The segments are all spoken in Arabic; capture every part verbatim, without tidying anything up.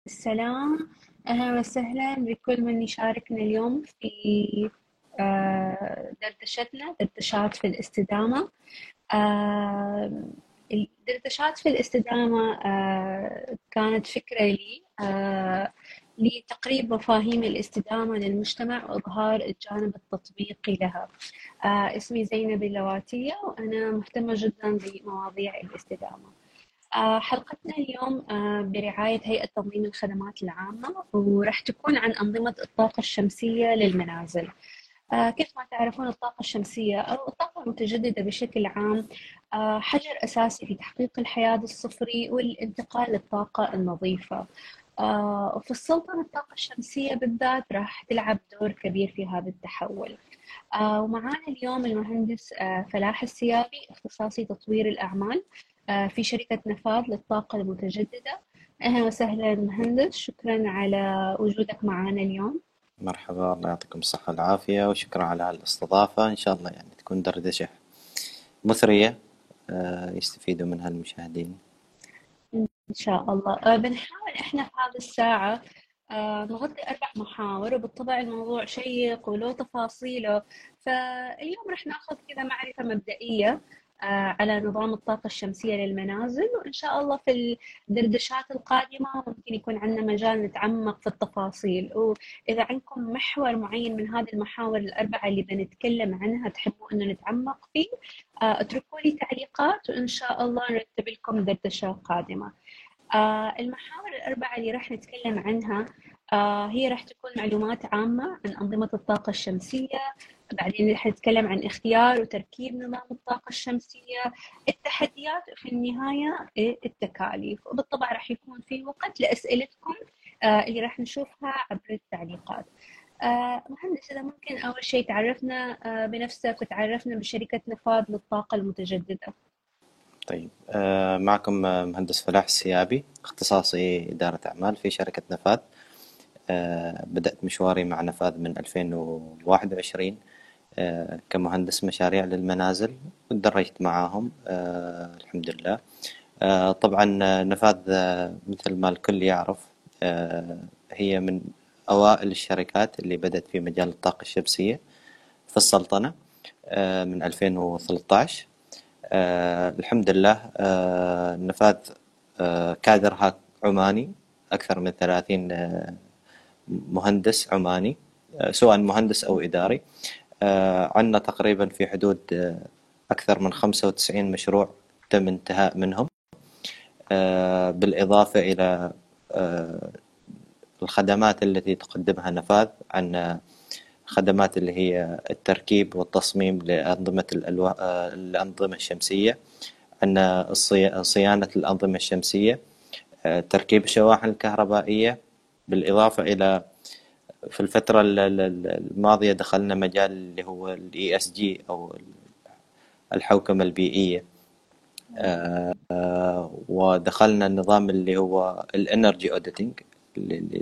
السلام. أهلا وسهلا بكل من يشاركنا اليوم في آه، دردشتنا دردشات في الاستدامة. آه، الدردشات في الاستدامة آه، كانت فكرة لي آه، لتقريب مفاهيم الاستدامة للمجتمع وإظهار الجانب التطبيقي لها. آه، اسمي زينب اللواتية وأنا مهتمة جدا بمواضيع الاستدامة. آه، حلقتنا اليوم آه، برعاية هيئة تنظيم الخدمات العامة، وراح تكون عن أنظمة الطاقة الشمسية للمنازل. آه، كيف ما تعرفون، الطاقة الشمسية أو الطاقة المتجددة بشكل عام آه، حجر أساسي في تحقيق الحياد الصفري والانتقال للطاقة النظيفة. آه، وفي السلطنة الطاقة الشمسية بالذات راح تلعب دور كبير في هذا التحول. آه، ومعانا اليوم المهندس آه، فلاح السيابي، اختصاصي تطوير الأعمال آه، في شركة نفاذ للطاقة المتجددة. أهلا وسهلا مهندس، شكرا على وجودك معنا اليوم. مرحبا، الله يعطيكم الصحة والعافية، وشكرا على الاستضافة. إن شاء الله يعني تكون دردشة مثرية آه، يستفيدوا منها المشاهدين. إن شاء الله. آه، بنحاول إحنا في هذه الساعة آه، نغطي أربع محاور، وبالطبع الموضوع شيق وله تفاصيله. فاليوم رح ناخذ كذا معرفة مبدئية آه، على نظام الطاقة الشمسية للمنازل، وإن شاء الله في الدردشات القادمة ممكن يكون عندنا مجال نتعمق في التفاصيل. وإذا عندكم محور معين من هذه المحاور الأربعة اللي بنتكلم عنها تحبوا إنه نتعمق فيه، آه، اتركوا لي تعليقات وإن شاء الله نرتب لكم دردشة قادمة. آه، المحاور الأربعة اللي راح نتكلم عنها آه، هي راح تكون معلومات عامة عن أنظمة الطاقة الشمسية. بعدين راح نتكلم عن اختيار وتركيب نظام الطاقة الشمسية، التحديات، وفي النهاية إيه، التكاليف. وبالطبع راح يكون في وقت لأسئلتكم آه، اللي راح نشوفها عبر التعليقات. آه، مهندس، إذا ممكن أول شيء تعرفنا آه، بنفسك وتعرفنا بشركة نفاذ للطاقة المتجددة. طيب، آه، معكم آه، مهندس فلاح السيابي، اختصاصي إدارة أعمال في شركة نفاذ. آه، بدأت مشواري مع نفاذ من ألفين وواحد وعشرين آه، كمهندس مشاريع للمنازل، وتدرجت معاهم آه، الحمد لله. آه، طبعا آه، نفاذ آه، مثل ما الكل يعرف آه، هي من أوائل الشركات اللي بدأت في مجال الطاقة الشمسية في السلطنة آه، من ألفين وثلاثة عشر. آه، الحمد لله. آه، نفاذ آه، كادرها عماني، أكثر من ثلاثين آه، مهندس عماني، آه، سواء مهندس أو إداري. آه، عندنا تقريبا في حدود آه، أكثر من خمسة وتسعين مشروع تم انتهاء منهم، آه، بالإضافة إلى آه، الخدمات التي تقدمها نفاذ. عن خدمات اللي هي التركيب والتصميم لأنظمة الألوا... آه، الأنظمة الشمسية. عندنا الصي... صيانة الأنظمة الشمسية، آه، تركيب الشواحن الكهربائية، بالإضافة إلى في الفترة ال- ال- الماضية دخلنا مجال اللي هو ال إي إس جي أو الحوكمة البيئية. آه، ودخلنا النظام اللي هو الانرجي اوديتنج، اللي,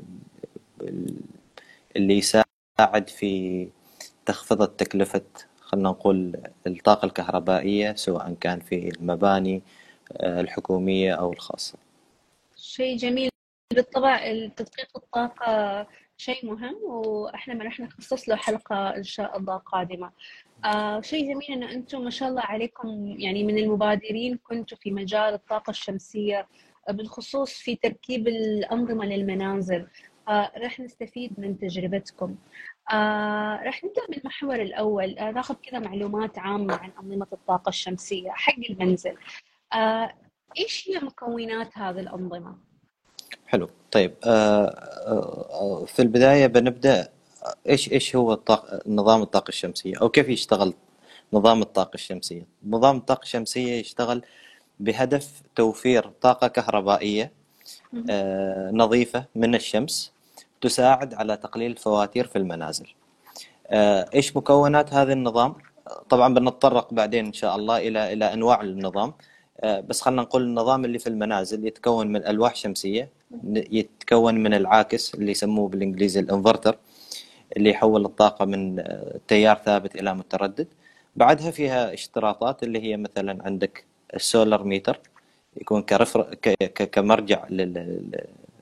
اللي يساعد في تخفيض تكلفة، خلنا نقول، الطاقة الكهربائية، سواء كان في المباني آه، الحكومية أو الخاصة. شيء جميل. بالطبع تدقيق الطاقة شيء مهم، وإحنا ما راح نخصص له حلقة إن شاء الله قادمة. آه شيء جميل إن أنتم ما شاء الله عليكم يعني من المبادرين كنتوا في مجال الطاقة الشمسية، بالخصوص في تركيب الأنظمة للمنازل. آه راح نستفيد من تجربتكم. آه راح نبدأ بالمحور الأول، آه ناخذ كذا معلومات عامة عن أنظمة الطاقة الشمسية حق المنزل. آه إيش هي مكونات هذه الأنظمة؟ حلو. طيب، آه، آه، في البداية بنبدأ. إيش إيش هو الطاقة نظام الطاقة الشمسية، أو كيف يشتغل نظام الطاقة الشمسية؟ نظام الطاقة الشمسية يشتغل بهدف توفير طاقة كهربائية مهم. آه، نظيفة من الشمس، تساعد على تقليل الفواتير في المنازل. آه، إيش مكونات هذا النظام؟ طبعا بنتطرق بعدين إن شاء الله إلى إلى أنواع النظام. آه، بس خلنا نقول النظام اللي في المنازل يتكون من ألواح شمسية، يتكون من العاكس اللي يسموه بالإنجليزي الانفرتر، اللي يحول الطاقة من آه، تيار ثابت إلى متردد. بعدها فيها اشتراطات، اللي هي مثلا عندك السولار ميتر، يكون كرفر ك- ك- كمرجع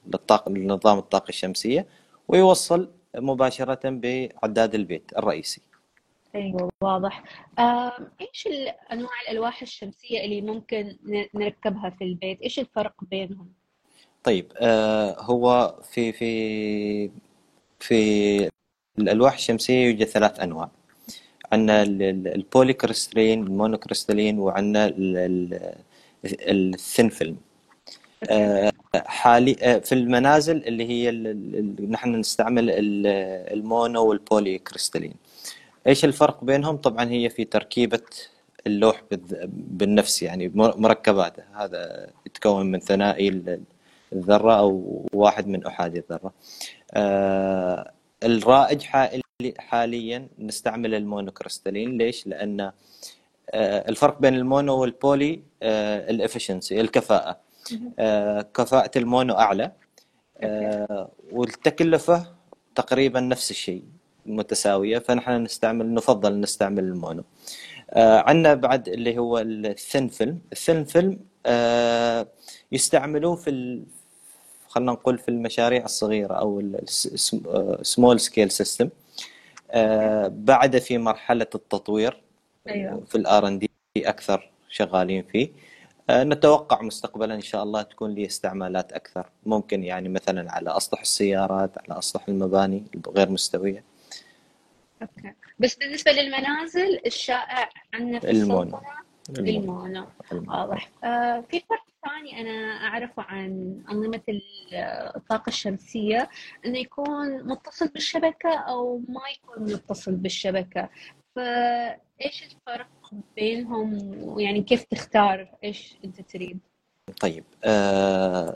للطاقة لنظام الطاقة الشمسية، ويوصل مباشرة بعداد البيت الرئيسي. أيوة واضح. آم، إيش ال- أنواع الألواح الشمسية اللي ممكن ن- نركبها في البيت؟ إيش الفرق بينهم؟ طيب، آه، هو في في في الألواح الشمسية يوجد ثلاث أنواع. عندنا البولي كريستالين، المونوكريستالين، وعندنا الثين فيلم. أوكي. حالي آه، في المنازل اللي هي ال- ال- نحن نستعمل ال- المونو والبولي كريستالين. ايش الفرق بينهم؟ طبعا هي في تركيبة اللوح بالذ- بالنفس، يعني مر- مركباته. هذا يتكون من ثنائي ال- الذرة أو واحد من أحادي الذرة. آه، الرائج حالي- حاليا نستعمل المونوكريستالين. ليش؟ لأن آه، الفرق بين المونو والبولي الافشنسي، الكفاءة. مهم. آه، كفاءة المونو أعلى، أوكي. آه، والتكلفة تقريبا نفس الشيء، متساوية. فنحن نستعمل نفضل نستعمل المونو. آه، عندنا بعد اللي هو الثين فيلم. الثين فيلم آه، يستعملوه في ال... خلينا نقول في المشاريع الصغيرة أو السمول سكيل سيستم. أوكي. بعد في مرحلة التطوير، أيوة. في الار ان دي اكثر شغالين فيه. آه، نتوقع مستقبلا ان شاء الله تكون لي استعمالات اكثر، ممكن يعني مثلا على اسطح السيارات، على اسطح المباني الغير مستوية. أوكي. بس بالنسبة للمنازل الشائع عندنا في المونو. السلطنة المونو. المونو. المونو. واضح. آه في فرق ثاني أنا أعرفه عن أنظمة ال- الطاقة الشمسية، إنه يكون متصل بالشبكة أو ما يكون متصل بالشبكة. فإيش الفرق بينهم؟ ويعني كيف تختار إيش أنت تريد؟ طيب، آه،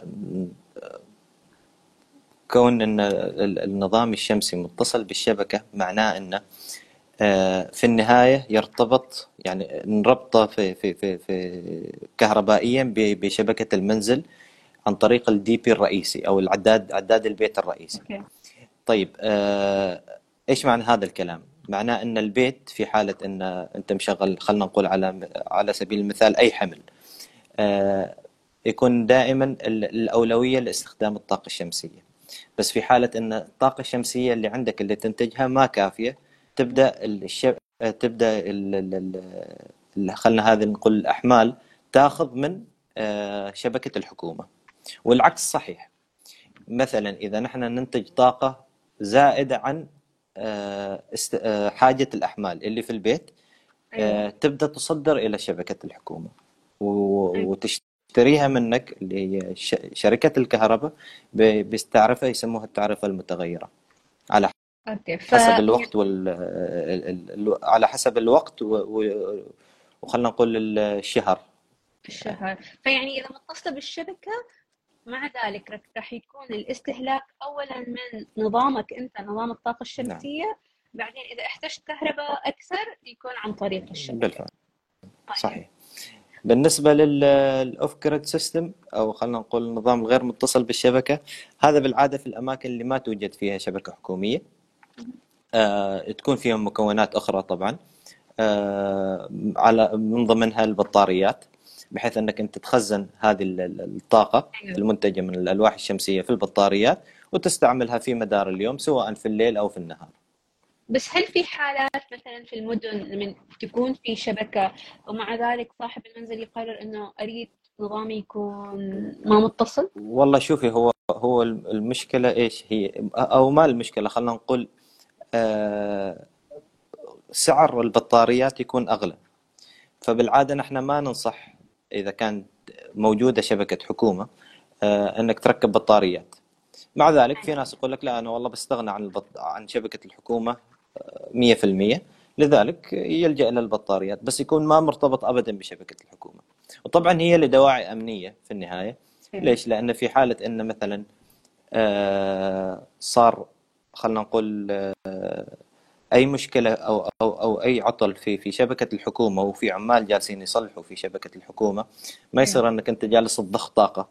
كون ان ال- النظام الشمسي متصل بالشبكة معناه انه آه، في النهاية يرتبط، يعني نربطه في في في في كهربائيا ب- بشبكة المنزل عن طريق الدي بي الرئيسي او العداد، عداد البيت الرئيسي. أوكي. طيب، آه، ايش معنى هذا الكلام؟ معناه ان البيت في حالة ان انت مشغل، خلينا نقول على على سبيل المثال اي حمل، آه، يكون دائما ال- الأولوية لاستخدام الطاقة الشمسية. بس في حالة ان الطاقة الشمسية اللي عندك اللي تنتجها ما كافية، تبدأ الش... تبدأ ال... ال... ال... خلنا هذه نقول الأحمال تاخذ من آه، شبكة الحكومة، والعكس صحيح. مثلا إذا نحن ننتج طاقة زائدة عن آه، است... آه، حاجة الأحمال اللي في البيت، أيوة. آه، تبدأ تصدر إلى شبكة الحكومة أيوة. و- وتشتريها منك، اللي هي ش- شركة الكهرباء، ب- بتعرفة يسموها التعرفة المتغيرة، على أوكي. ف حسب الوقت وال ال- ال- ال- على حسب الوقت و- و- وخلنا نقول الشهر. الشهر. فيعني إذا متصلة بالشبكة، مع ذلك رك- راح يكون الاستهلاك أولا من نظامك أنت، نظام الطاقة نعم، الشمسية. بعدين إذا احتجت كهرباء أكثر يكون عن طريق الشبكة. بالفعل. طيب. صحيح. بالنسبة للأوف جريد سيستم، أو خلنا نقول النظام الغير متصل بالشبكة، هذا بالعادة في الأماكن اللي ما توجد فيها شبكة حكومية. آه، تكون فيهم مكونات أخرى طبعا، آه، على من ضمنها البطاريات، بحيث أنك أنت تخزن هذه ال- ال- الطاقة أيوه. المنتجة من الألواح الشمسية في البطاريات، وتستعملها في مدار اليوم سواء في الليل أو في النهار. بس هل في حالات مثلا في المدن من تكون في شبكة ومع ذلك صاحب المنزل يقرر إنه أريد نظامي يكون ما متصل؟ والله شوفي، هو هو المشكلة إيش هي، أو ما المشكلة، خلينا نقول آه، سعر البطاريات يكون أغلى. فبالعادة نحن ما ننصح إذا كانت موجودة شبكة حكومة آه، أنك تركب بطاريات. مع ذلك في ناس يقول لك لا، أنا والله بستغنى عن البط... عن شبكة الحكومة مية في المية، لذلك يلجأ إلى البطاريات، بس يكون ما مرتبط أبدا بشبكة الحكومة. وطبعا هي لدواعي أمنية في النهاية. أيوه. ليش؟ لأن في حالة أن مثلا آه، صار، خلنا نقول أي مشكلة أو أو أو أي عطل في في شبكة الحكومة، وفي عمال جالسين يصلحوا في شبكة الحكومة، ما أيوه. يصير أنك أنت جالس تضخ طاقة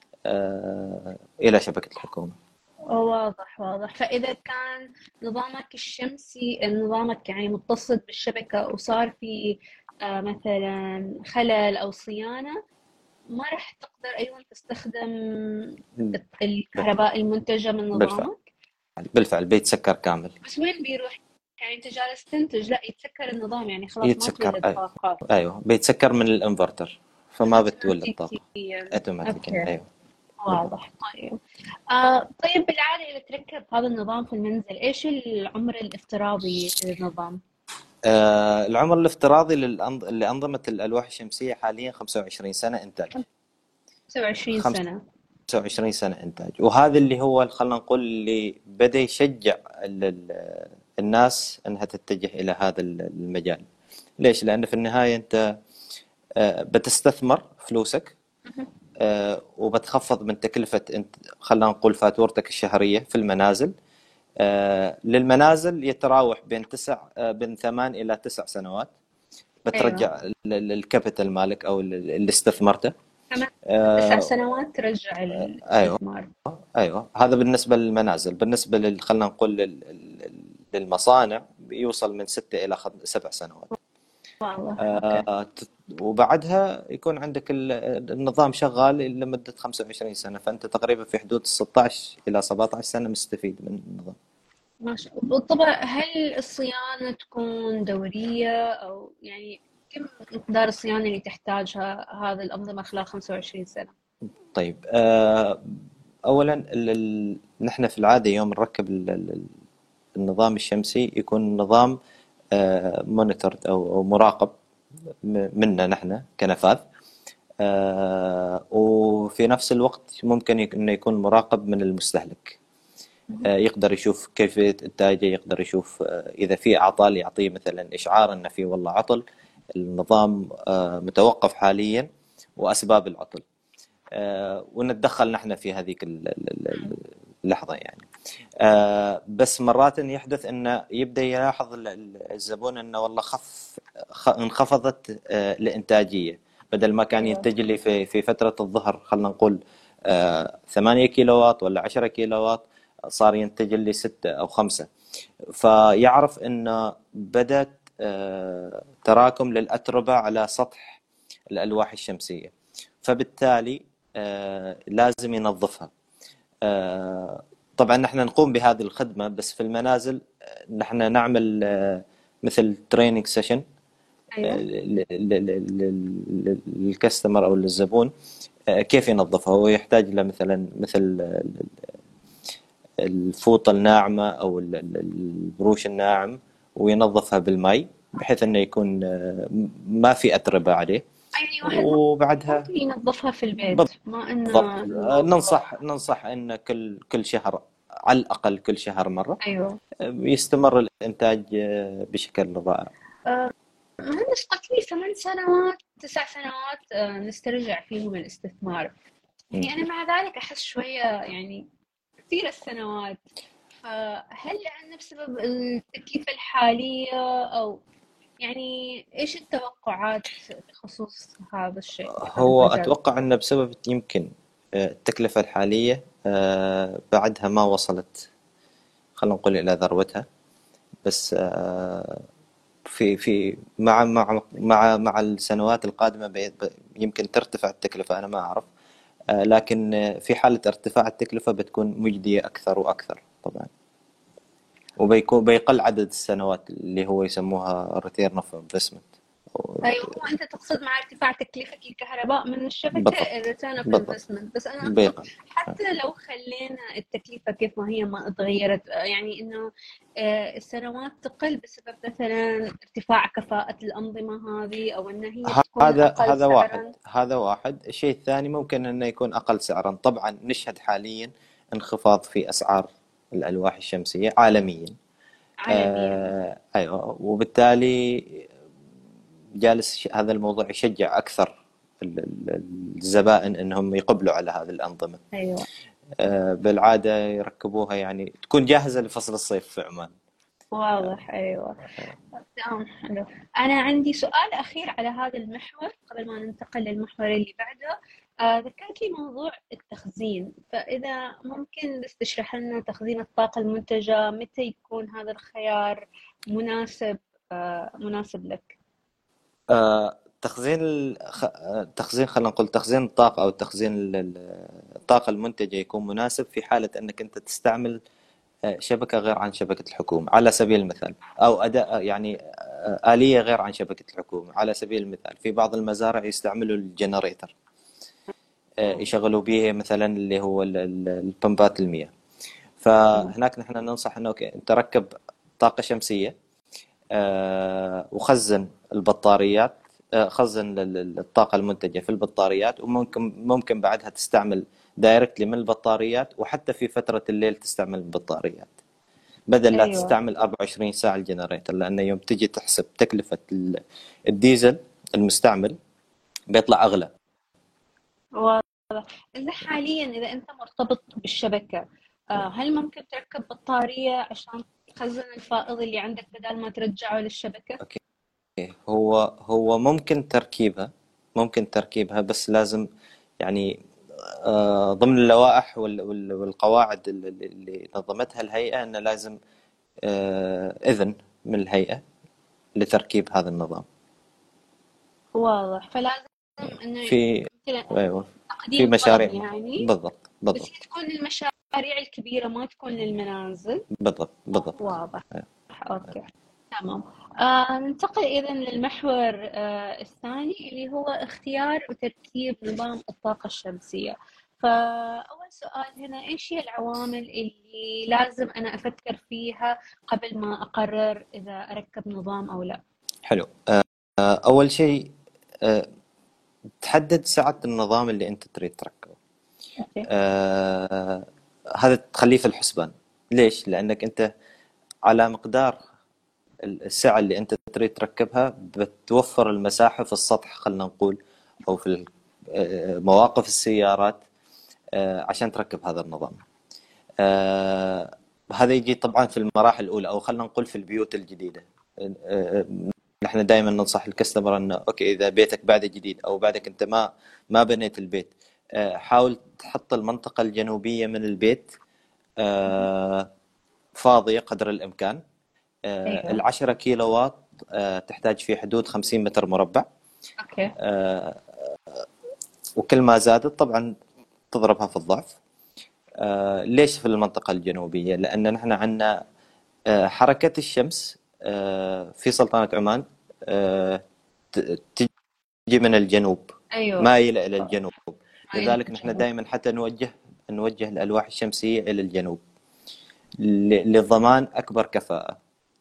آه، إلى شبكة الحكومة. واضح واضح. فإذا كان نظامك الشمسي، نظامك يعني متصل بالشبكة وصار في آه، مثلا خلل أو صيانة، ما راح تقدر أيضا تستخدم م- الكهرباء المنتجة من بالفعل. نظامك. بالفعل بيتسكر كامل. بس وين بيروح؟ يعني أنت جالس تنتج، لا يتسكر النظام، يعني خلاص ما يتسكر، تولد أيوه. طاقة أيوه، بيتسكر من الانفرتر، فما بتولد طاقة اوتوماتيكيا. اوتوماتيكيا. اوكي، ايوه، بالضبط. واضح. طيب. آه طيب، بالعادة إذا تركب هذا النظام في المنزل، إيش العمر الافتراضي للنظام؟ آه العمر الافتراضي للأنظ... لأنظمة الألواح الشمسية حاليا خمسة وعشرين سنة إنتاج. خمسة وعشرين سنة. خمسة وعشرين سنة إنتاج، وهذا اللي هو خلينا نقول اللي بدأ يشجع ال... ال- الناس أنها تتجه إلى هذا المجال. ليش؟ لأن في النهاية أنت آه، بتستثمر فلوسك، مهم. آه، وبتخفض من تكلفة انت خلينا نقول فاتورتك الشهرية في المنازل. آه، للمنازل يتراوح بين تسع آه، بين ثمان إلى تسع سنوات أيوة. بترجع ال- ال- الكابيتال مالك أو ال- اللي استثمرته. ثمان تسع آه، سنوات ترجع أيوه. الاستثمار. أيوه، هذا بالنسبة للمنازل. بالنسبة لل خلينا نقول لل- لل- للمصانع بيوصل من ستة إلى خم- سبع سنوات. واضح. أوكي. آه، ت- وبعدها يكون عندك ال- النظام شغال لمدة خمسة وعشرين سنة، فأنت تقريبا في حدود ستة عشر إلى سبعة عشر سنة مستفيد من النظام. ما شاء الله. بالطبع، هل الصيانة تكون دورية، أو يعني كم مقدار الصيانة اللي تحتاجها هذه الأنظمة خلال خمسة وعشرين سنة؟ طيب، آه، أولا ال- ال- نحن في العادة يوم نركب ال- ال- النظام الشمسي يكون نظام مونيتورد أو أو مراقب م- منا نحن كنفاذ. آه، وفي نفس الوقت ممكن يك- إنه يكون مراقب من المستهلك. مهم. آه، يقدر يشوف كيفية إنتاجه، يقدر يشوف آه، إذا في أعطال يعطيه مثلا إشعار إنه في والله عطل، النظام آه، متوقف حاليا، وأسباب العطل. آه، ونتدخل نحن في هذيك ال- ال- ال- اللحظة يعني. آه، بس مرات يحدث انه يبدأ يلاحظ ال- ال- الزبون انه والله خف خ- انخفضت آه، الإنتاجية. بدل ما كان أيوة. ينتج لي في في فترة الظهر خلينا نقول آه، ثمانية كيلو وات ولا عشرة كيلو وات، صار ينتج لي ستة أو خمسة. فيعرف أن بدأت آه، تراكم للأتربة على سطح الألواح الشمسية، فبالتالي آه، لازم ينظفها. آه، طبعا نحن نقوم بهذه الخدمة، بس في المنازل آه، نحن نعمل آه، مثل تريننج سيشن أيوة. للكاستمر أو للزبون، آه، كيف ينظفها. هو يحتاج له مثلا مثل الفوطة الناعمة أو ال- ال- البروش الناعم، وينظفها بالماء بحيث أنه يكون آه، ما في أتربة عليه. يعني واحد وبعدها ممكن ينظفها في البيت، بالضبط. ما إنه آه، الموضوع. ننصح ننصح أن كل كل شهر، على الأقل كل شهر مرة، أيوة. آه، يستمر الإنتاج آه، بشكل رائع. آه، مهندس، قلت لي ثمان سنوات تسع سنوات آه، نسترجع فيهم الاستثمار. مم. يعني أنا مع ذلك أحس شوية يعني كثير السنوات. فهل لأنه بسبب التكلفة الحالية، أو يعني إيش التوقعات بخصوص هذا الشيء، هذا هو المجال؟ أتوقع أنه بسبب يمكن آه، التكلفة الحالية، آه، بعدها ما وصلت خلينا نقول إلى ذروتها. بس آه، في في مع مع مع مع السنوات القادمة بي- ب- يمكن ترتفع التكلفة، أنا ما أعرف. آه، لكن آه، في حالة ارتفاع التكلفة بتكون مجدية أكثر وأكثر طبعا، وبيكون بيقل عدد السنوات اللي هو يسموها return of investment. أيوة، هو أنت تقصد مع ارتفاع تكلفة الكهرباء من الشبكة بالضبط. الريتيرن اوف بالضبط. انفستمنت، بس أنا أقصد بيقل. حتى لو خلينا التكلفة كيف ما هي ما اتغيرت، آه، يعني إنه آه، السنوات تقل بسبب مثلا ارتفاع كفاءة الأنظمة هذه، أو إن هي تكون هذا أقل هذا واحد سعرا. هذا واحد. الشيء الثاني ممكن انه يكون اقل سعرا. طبعا نشهد حاليا انخفاض في اسعار الالواح الشمسية عالميا. عالميا. آه ايوه، وبالتالي جالس ش- هذا الموضوع يشجع اكثر ال- ال- الزبائن انهم يقبلوا على هذه الانظمة. أيوة. آه بالعادة يركبوها يعني تكون جاهزة لفصل الصيف في عمان. واضح. أيوة. تمام، حلو. أنا عندي سؤال أخير على هذا المحور قبل ما ننتقل للمحور اللي بعده. آه، ذكرت لي موضوع التخزين، فإذا ممكن بس تشرح لنا تخزين الطاقة المنتجة، متى يكون هذا الخيار مناسب، آه، مناسب لك؟ آه تخزين ال- خ- تخزين خلينا نقول تخزين الطاقة أو تخزين ال- ال- الطاقة المنتجة يكون مناسب في حالة أنك أنت تستعمل آه، شبكة غير عن شبكة الحكومة على سبيل المثال، أو أداء يعني آه، آلية غير عن شبكة الحكومة على سبيل المثال. في بعض المزارع يستعملوا الجنريتر، آه، يشغلوا به مثلا اللي هو ال- ال- البمبات المياه. مم. فهناك نحن ننصح انه اوكي انت ركب طاقة شمسية، آه، وخزن البطاريات، آه، خزن ال- ال- الطاقة المنتجة في البطاريات، وممكن ممكن بعدها تستعمل دايركتلي من البطاريات، وحتى في فترة الليل تستعمل البطاريات بدل لا أيوة. تستعمل أربعة وعشرين ساعة الجنريتر، لأنه يوم تجي تحسب تكلفة ال- الديزل المستعمل بيطلع أغلى. واضح. إذا حاليا إذا أنت مرتبط بالشبكة، آه، هل ممكن تركب بطارية عشان تخزن الفائض اللي عندك بدل ما ترجعه للشبكة؟ أوكي، هو هو ممكن تركيبها، ممكن تركيبها بس لازم يعني آه، ضمن اللوائح وال- وال- والقواعد اللي اللي نظمتها الهيئة أن لازم آه، إذن من الهيئة لتركيب هذا النظام. واضح. فلازم إنه في مثل أيوة، في تقديم طلب مشاريع. يعني. بالضبط بس هي بالضبط تكون للمشاريع الكبيرة، ما تكون للمنازل. بالضبط بالضبط. واضح. أوكي. تمام. آه ننتقل إذا للمحور آه الثاني، اللي هو اختيار وتركيب نظام الطاقة الشمسية. فأول سؤال هنا، إيش هي العوامل اللي لازم أنا أفكر فيها قبل ما أقرر إذا أركب نظام أو لا؟ حلو. آه، أول شيء آه، تحدد سعة النظام اللي أنت تريد تركبه. أوكي. آه، هذا تخليه في الحسبان. ليش؟ لأنك أنت على مقدار السعة اللي أنت تريد تركبها بتوفر المساحة في السطح، خلنا نقول، أو في ال- آه، مواقف السيارات، آه، عشان تركب هذا النظام. آه، هذا يجي طبعا في المراحل الأولى، أو خلنا نقول في البيوت الجديدة. آه، آه، نحن دائما ننصح الكستمر أنه أوكي إذا بيتك بعد جديد أو بعدك أنت ما ما بنيت البيت، آه، حاول تحط المنطقة الجنوبية من البيت آه، فاضية قدر الإمكان. آه، أيوه. العشرة كيلو واط آه، تحتاج في حدود خمسين متر مربع. أوكي. آه، وكل ما زادت طبعا تضربها في الضعف. آه، ليش في المنطقة الجنوبية؟ لأن نحن عندنا آه، حركة الشمس آه، في سلطنة عمان آه، ت- تجي من الجنوب، أيوه. مايلة إلى الجنوب. مايل لذلك نحن الجنوب. دائما حتى نوجه نوجه الألواح الشمسية إلى الجنوب ل- لضمان أكبر كفاءة.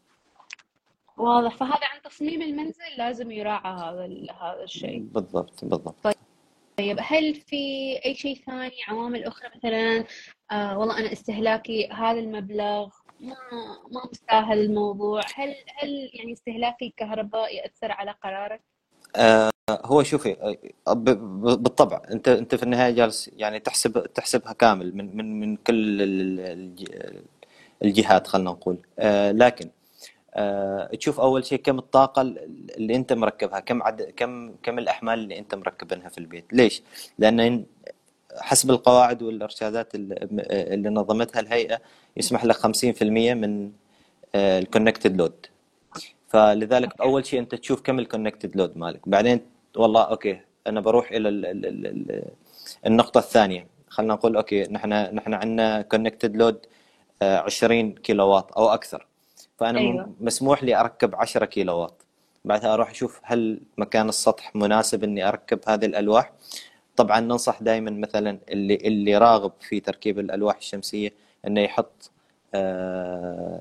واضح. فهذا عن تصميم المنزل لازم يراعى هذا ال- هذا الشيء. بالضبط بالضبط. طيب، هل في أي شيء ثاني، عوامل أخرى مثلا؟ آه والله أنا استهلاكي هذا المبلغ، ما ما مستاهل الموضوع. هل هل يعني استهلاكي الكهرباء يأثر على قرارك؟ آه، هو شوفي، آه، ب- ب- بالطبع انت انت في النهايه جالس يعني تحسب تحسبها كامل من من من كل ال- الج- الجهات، خلينا نقول. آه، لكن آه، تشوف اول شيء كم الطاقه اللي انت مركبها، كم عد كم كم الاحمال اللي انت مركبينها في البيت. ليش؟ لان حسب القواعد والارشادات اللي اللي نظمتها الهيئه يسمح لك خمسين في المية من الكونكتد لود. فلذلك اوكي. اول شيء انت تشوف كم الكونكتد لود مالك، بعدين والله اوكي انا بروح الى ال ال ال ال النقطه الثانيه. خلينا نقول اوكي نحن نحن عندنا كونكتد لود عشرين كيلو واط او اكثر، فانا م- ايوه. مسموح لي اركب عشرة كيلو واط. بعدها اروح اشوف هل مكان السطح مناسب اني اركب هذه الالواح. طبعا ننصح دائما مثلا اللي اللي راغب في تركيب الالواح الشمسيه انه يحط آه،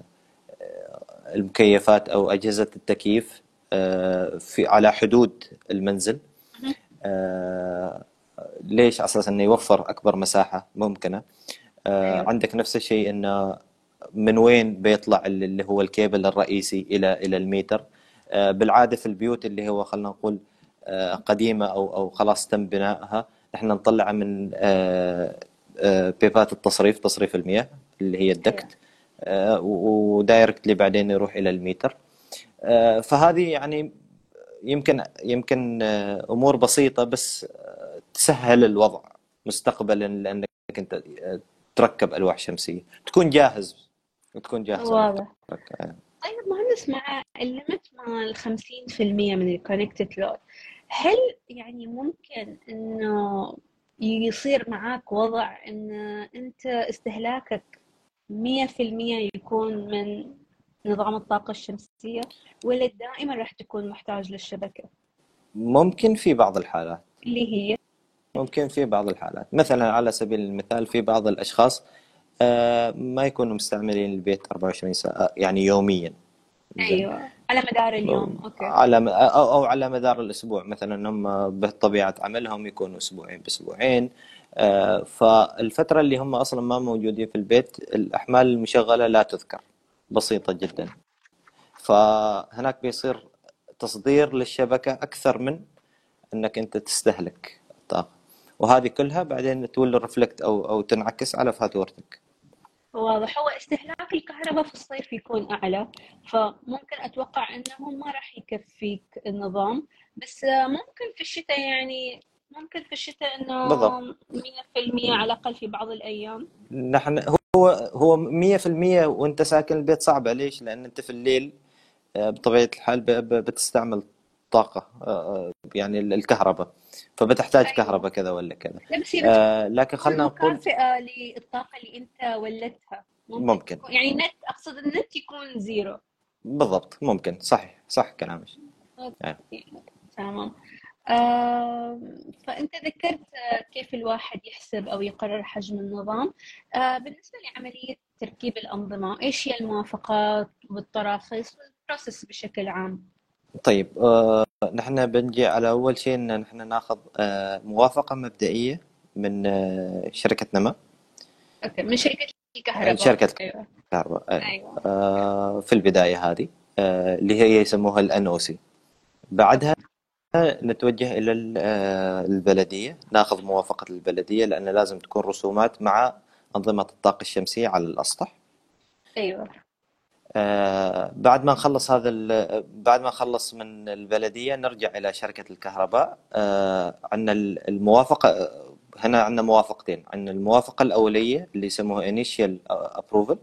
المكيفات أو أجهزة التكييف آه، في على حدود المنزل. مهم. آه، ليش؟ على أساس إنه يوفر أكبر مساحة ممكنة. آه، ايوه. عندك نفس الشيء إنه من وين بيطلع اللي اللي هو الكيبل الرئيسي إلى إلى الميتر. آه، بالعادة في البيوت اللي هو خلينا نقول آه، قديمة أو أو خلاص تم بنائها، نحن نطلعها من آه، آه، بيبات التصريف، تصريف المياه اللي هي ايوه. الدكت، آه، ودايركتلي بعدين يروح إلى الميتر. آه، فهذه يعني يمكن يمكن آه، أمور بسيطة بس آه، تسهل الوضع مستقبلا، لأنك أنت آه، تركب ألواح شمسية تكون جاهز، وتكون جاهز إنك واضح. تركب. طيب مهندس، مع الليمت مال خمسين في المية من الكونكتد لود، هل يعني ممكن إنه يصير معاك وضع إن أنت استهلاكك مية في المية يكون من نظام الطاقة الشمسية، ولا دائما راح تكون محتاج للشبكة ممكن في بعض الحالات، اللي هي؟ ممكن في بعض الحالات مثلا على سبيل المثال في بعض الأشخاص آه، ما يكونوا مستعملين البيت أربعة وعشرين ساعة يعني يوميا. زين. أيوة، على مدار اليوم. أوكي. على م- أو أو على مدار الأسبوع مثلا هم بطبيعة عملهم يكونوا أسبوعين بأسبوعين. آه، فالفترة اللي هم أصلا ما موجودين في البيت الأحمال المشغلة لا تذكر، بسيطة جدا. فهناك بيصير تصدير للشبكة أكثر من أنك أنت تستهلك الطاقة، وهذه كلها بعدين تولي رفلكت أو أو تنعكس على فاتورتك. واضح. هو استهلاك الكهرباء في الصيف يكون أعلى، فممكن أتوقع أنه ما راح يكفيك النظام. بس ممكن في الشتاء يعني، ممكن في الشتاء أنه بالضبط. مية في المية على الأقل في بعض الأيام. نحن هو هو مية في المية وأنت ساكن البيت صعبة. ليش؟ لأن أنت في الليل آه، بطبيعة الحال ب- ب- بتستعمل طاقة، آه، آه، يعني ال- الكهرباء، فبتحتاج أيوة. كهرباء كذا ولا كذا. لا بس هي آه، لكن بتكون خلنا نقول مكافئة للطاقة اللي أنت ولدتها. ممكن ممكن. تكون يعني نت، أقصد النت يكون زيرو. بالضبط ممكن، صحيح صح كلامك. آه. أوكي. تمام. آه، فأنت ذكرت آه، كيف الواحد يحسب أو يقرر حجم النظام. آه، بالنسبة لعملية تركيب الأنظمة، إيش هي الموافقات والتراخيص والبروسيس بشكل عام؟ طيب آه، نحن بنجي على أول شيء إن نحن ناخذ آه، موافقة مبدئية من آه، شركة نما. أوكي، من شركة آه، الكهرباء. شركة أيوة. الكهرباء أيوة. أيوة. آه، في البداية هذه آه، اللي هي يسموها الان او سي. بعدها أوكي. نتوجه إلى ال- آه، البلدية، ناخذ موافقة البلدية لأن لازم تكون رسومات مع أنظمة الطاقة الشمسية على الأسطح. أيوة. آه، بعد ما نخلص هذا ال- بعد ما نخلص من البلدية نرجع إلى شركة الكهرباء. آه، عندنا ال- الموافقة. آه، هنا عندنا موافقتين. عندنا الموافقة الأولية اللي يسموها initial approval.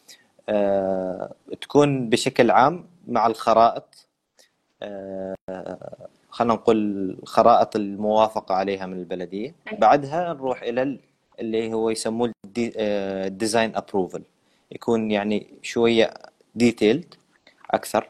آه، تكون بشكل عام مع الخرائط. آه، خلينا نقول خرائط الموافقة عليها من البلدية. أيوة. بعدها نروح إلى ال- اللي هو يسموه الديزاين ابروفل، يكون يعني شوية ديتيلد أكثر.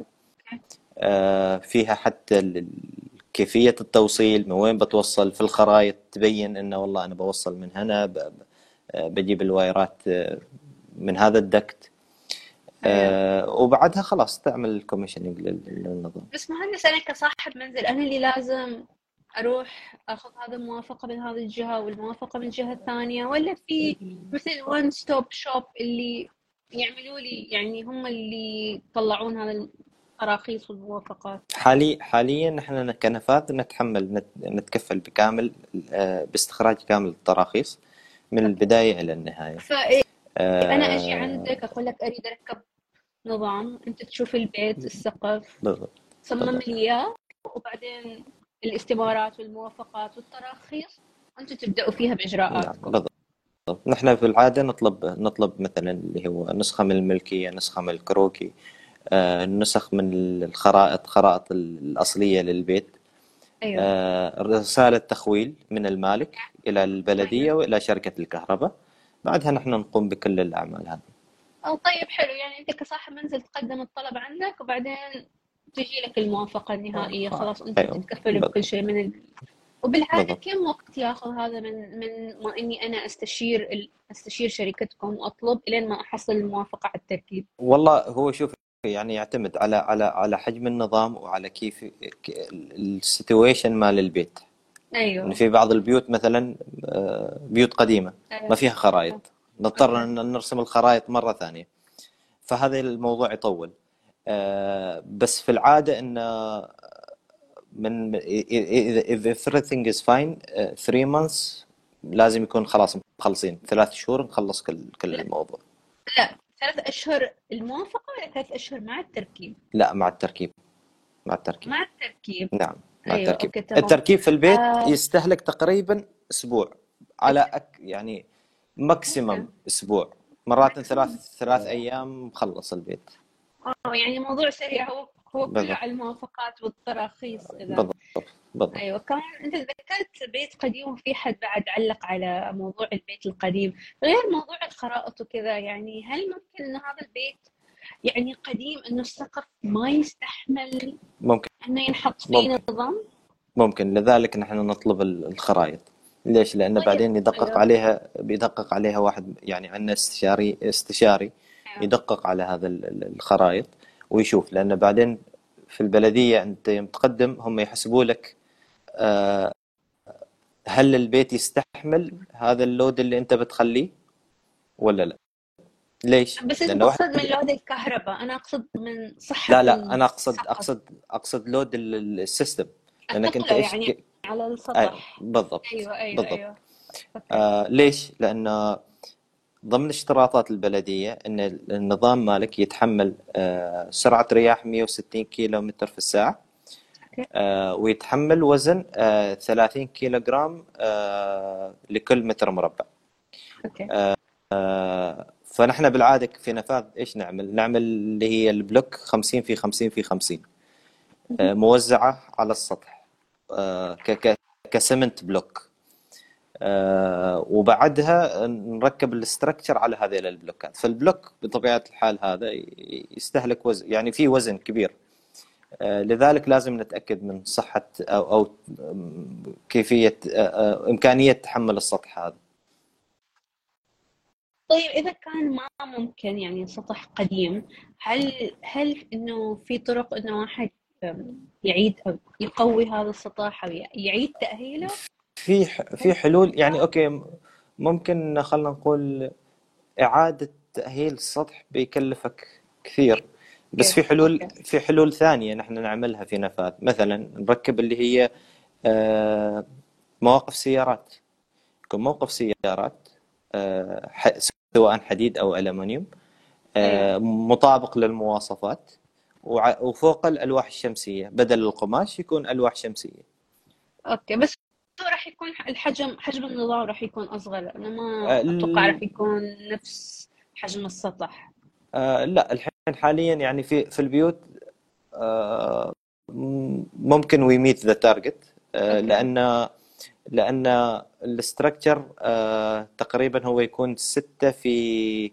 آه، فيها حتى ال- كيفية التوصيل، من وين بتوصل في الخرائط تبين إنه والله أنا بوصل من هنا، ب- ب- آه، بجيب الوايرات آه، من هذا الدكت. أيوة. آه، وبعدها خلاص تعمل الكوميشننج للنظام. بس مهندس، أنا كصاحب منزل أنا اللي لازم أروح أخذ هذا الموافقة من هذه الجهة والموافقة من الجهة الثانية، ولا في مثل one stop shop اللي يعملوا لي، يعني هم اللي يطلعون هذا التراخيص والموافقات؟ حالي حاليا نحن كنفاذ نتحمل نت- نتكفل بكامل آه، باستخراج كامل التراخيص من البداية إلى النهاية. فأنا أجي آه، عندك أقول لك أريد أركب نظام، أنت تشوف البيت، السقف، بالضبط. تصمم بالضبط. لي إياه، وبعدين الاستمارات والموافقات والتراخيص أنتوا تبدأوا فيها نعم بإجراءاتكم. بالضبط. نحن في العادة نطلب نطلب مثلا اللي هو نسخة من الملكية، نسخة من الكروكي، آه، نسخ من الخرائط، خرائط الأصلية للبيت، أيوه. آه، رسالة تخويل من المالك إلى البلدية أيوه. وإلى شركة الكهرباء. بعدها نحن نقوم بكل الأعمال هذه. أو طيب حلو، يعني أنت كصاحب منزل تقدم الطلب عندك، وبعدين تجي لك الموافقة آه، النهائية، آه، خلاص أنتوا أيوه تتكفلوا بكل بالضبط. شيء من ال... وبالعادة بالضبط. كم وقت ياخذ هذا من من ما إني أنا أستشير ال... أستشير شركتكم وأطلب إلين ما أحصل الموافقة على التركيب؟ والله هو شوف، يعني يعتمد على على على حجم النظام وعلى كيف السيتويشن مال البيت. يعني أيوه. في بعض البيوت مثلا آه، بيوت قديمة ما أيوه. فيها خرائط، نضطر أوكي. ان نرسم الخرائط مرة ثانية، فهذا الموضوع يطول. آه، بس في العادة ان من اذا if everything is fine آه، three months لازم يكون خلاص مخلصين، ثلاث شهور نخلص كل كل لا الموضوع. لا، ثلاث أشهر الموافقة ولا ثلاث أشهر مع التركيب؟ لا مع التركيب. مع التركيب. مع التركيب. نعم مع أيوه. التركيب. أوكي تمام. التركيب في البيت آه. يستهلك تقريبا اسبوع، على أوكي. أك يعني أوكي. ماكسيمم اسبوع، مرات ثلاث ماكسيموم ثلاث أسبوع. ايام مخلص البيت. آه، يعني موضوع سريع، هو هو كله بالضبط. على الموافقات والتراخيص إذا. بالضبط. بالضبط. أيوة، كمان أنت ذكرت بيت قديم، وفي حد بعد علق على موضوع البيت القديم، غير موضوع الخرائط وكذا. يعني هل ممكن إن هذا البيت يعني قديم إنه السقف ما يستحمل ممكن. إنه ينحط فيه ممكن. نظام؟ ممكن لذلك نحن نطلب ال- الخرائط. ليش؟ لأن طيب. بعدين يدقق أيوة. عليها، بيدقق عليها واحد، يعني عندنا استشاري استشاري أيوة. يدقق على هذا ال- ال- الخرائط ويشوف. لأن بعدين في البلدية أنت يوم تقدم هم يحسبوا لك آه، هل البيت يستحمل هذا اللود اللي أنت بتخليه ولا لا. ليش؟ بس أنت لأن واحد، تقصد من لود الكهرباء، أنا أقصد من صحة لا لا، أنا أقصد السقف. أقصد أقصد لود ال- ال- السيستم. لأنك أنت الثقله إيش يعني ك... على آه، السطح. بالضبط ايوه ايوه بالضبط. ايوه. اوكي. آه ليش؟ لأن ضمن اشتراطات البلدية أن النظام مالك يتحمل آه، سرعة رياح مئة وستين كيلو متر في الساعة، اوكي. آه، ويتحمل وزن آه، ثلاثين كيلو جرام آه، لكل متر مربع. اوكي. فنحن بالعادة في نفاذ إيش نعمل؟ نعمل اللي هي البلوك خمسين في خمسين في خمسين، مهم. آه، موزعة على السطح، آه، ك ك كسمنت بلوك. آه، وبعدها نركب الاستراكشر على هذيل البلوكات. فالبلوك بطبيعة الحال هذا ي- يستهلك وزن، يعني فيه وزن كبير. آه، لذلك لازم نتأكد من صحة أو, أو كيفية آه، آه، إمكانية تحمل السطح هذا. طيب إذا كان ما ممكن يعني سطح قديم، هل هل إنه في طرق إنه واحد أم، يعيد أو يقوي هذا السطح أو يعيد تأهيله؟ في ح- هل في حلول، يعني أوكي، ممكن خلنا نقول إعادة تأهيل السطح بيكلفك كثير. بس كيف؟ في حلول، أوكي. في حلول ثانية نحن نعملها في نفاذ. مثلا نركب اللي هي آه، مواقف سيارات. يكون موقف سيارات آه، ح- سواء حديد أو ألمنيوم، أيوه. آه، مطابق للمواصفات، وع- وفوق الألواح الشمسية بدل القماش يكون ألواح شمسية. أوكي، بس هو راح يكون الحجم، حجم النظام راح يكون أصغر، لأنه ما آه، أتوقع ال- راح يكون نفس حجم السطح. آه، لا، الحين حاليا يعني في في البيوت آه، م- ممكن وي ميت ذا تارجت. أوكي. لأن لأن الاستراكشر تقريبا هو يكون ستة في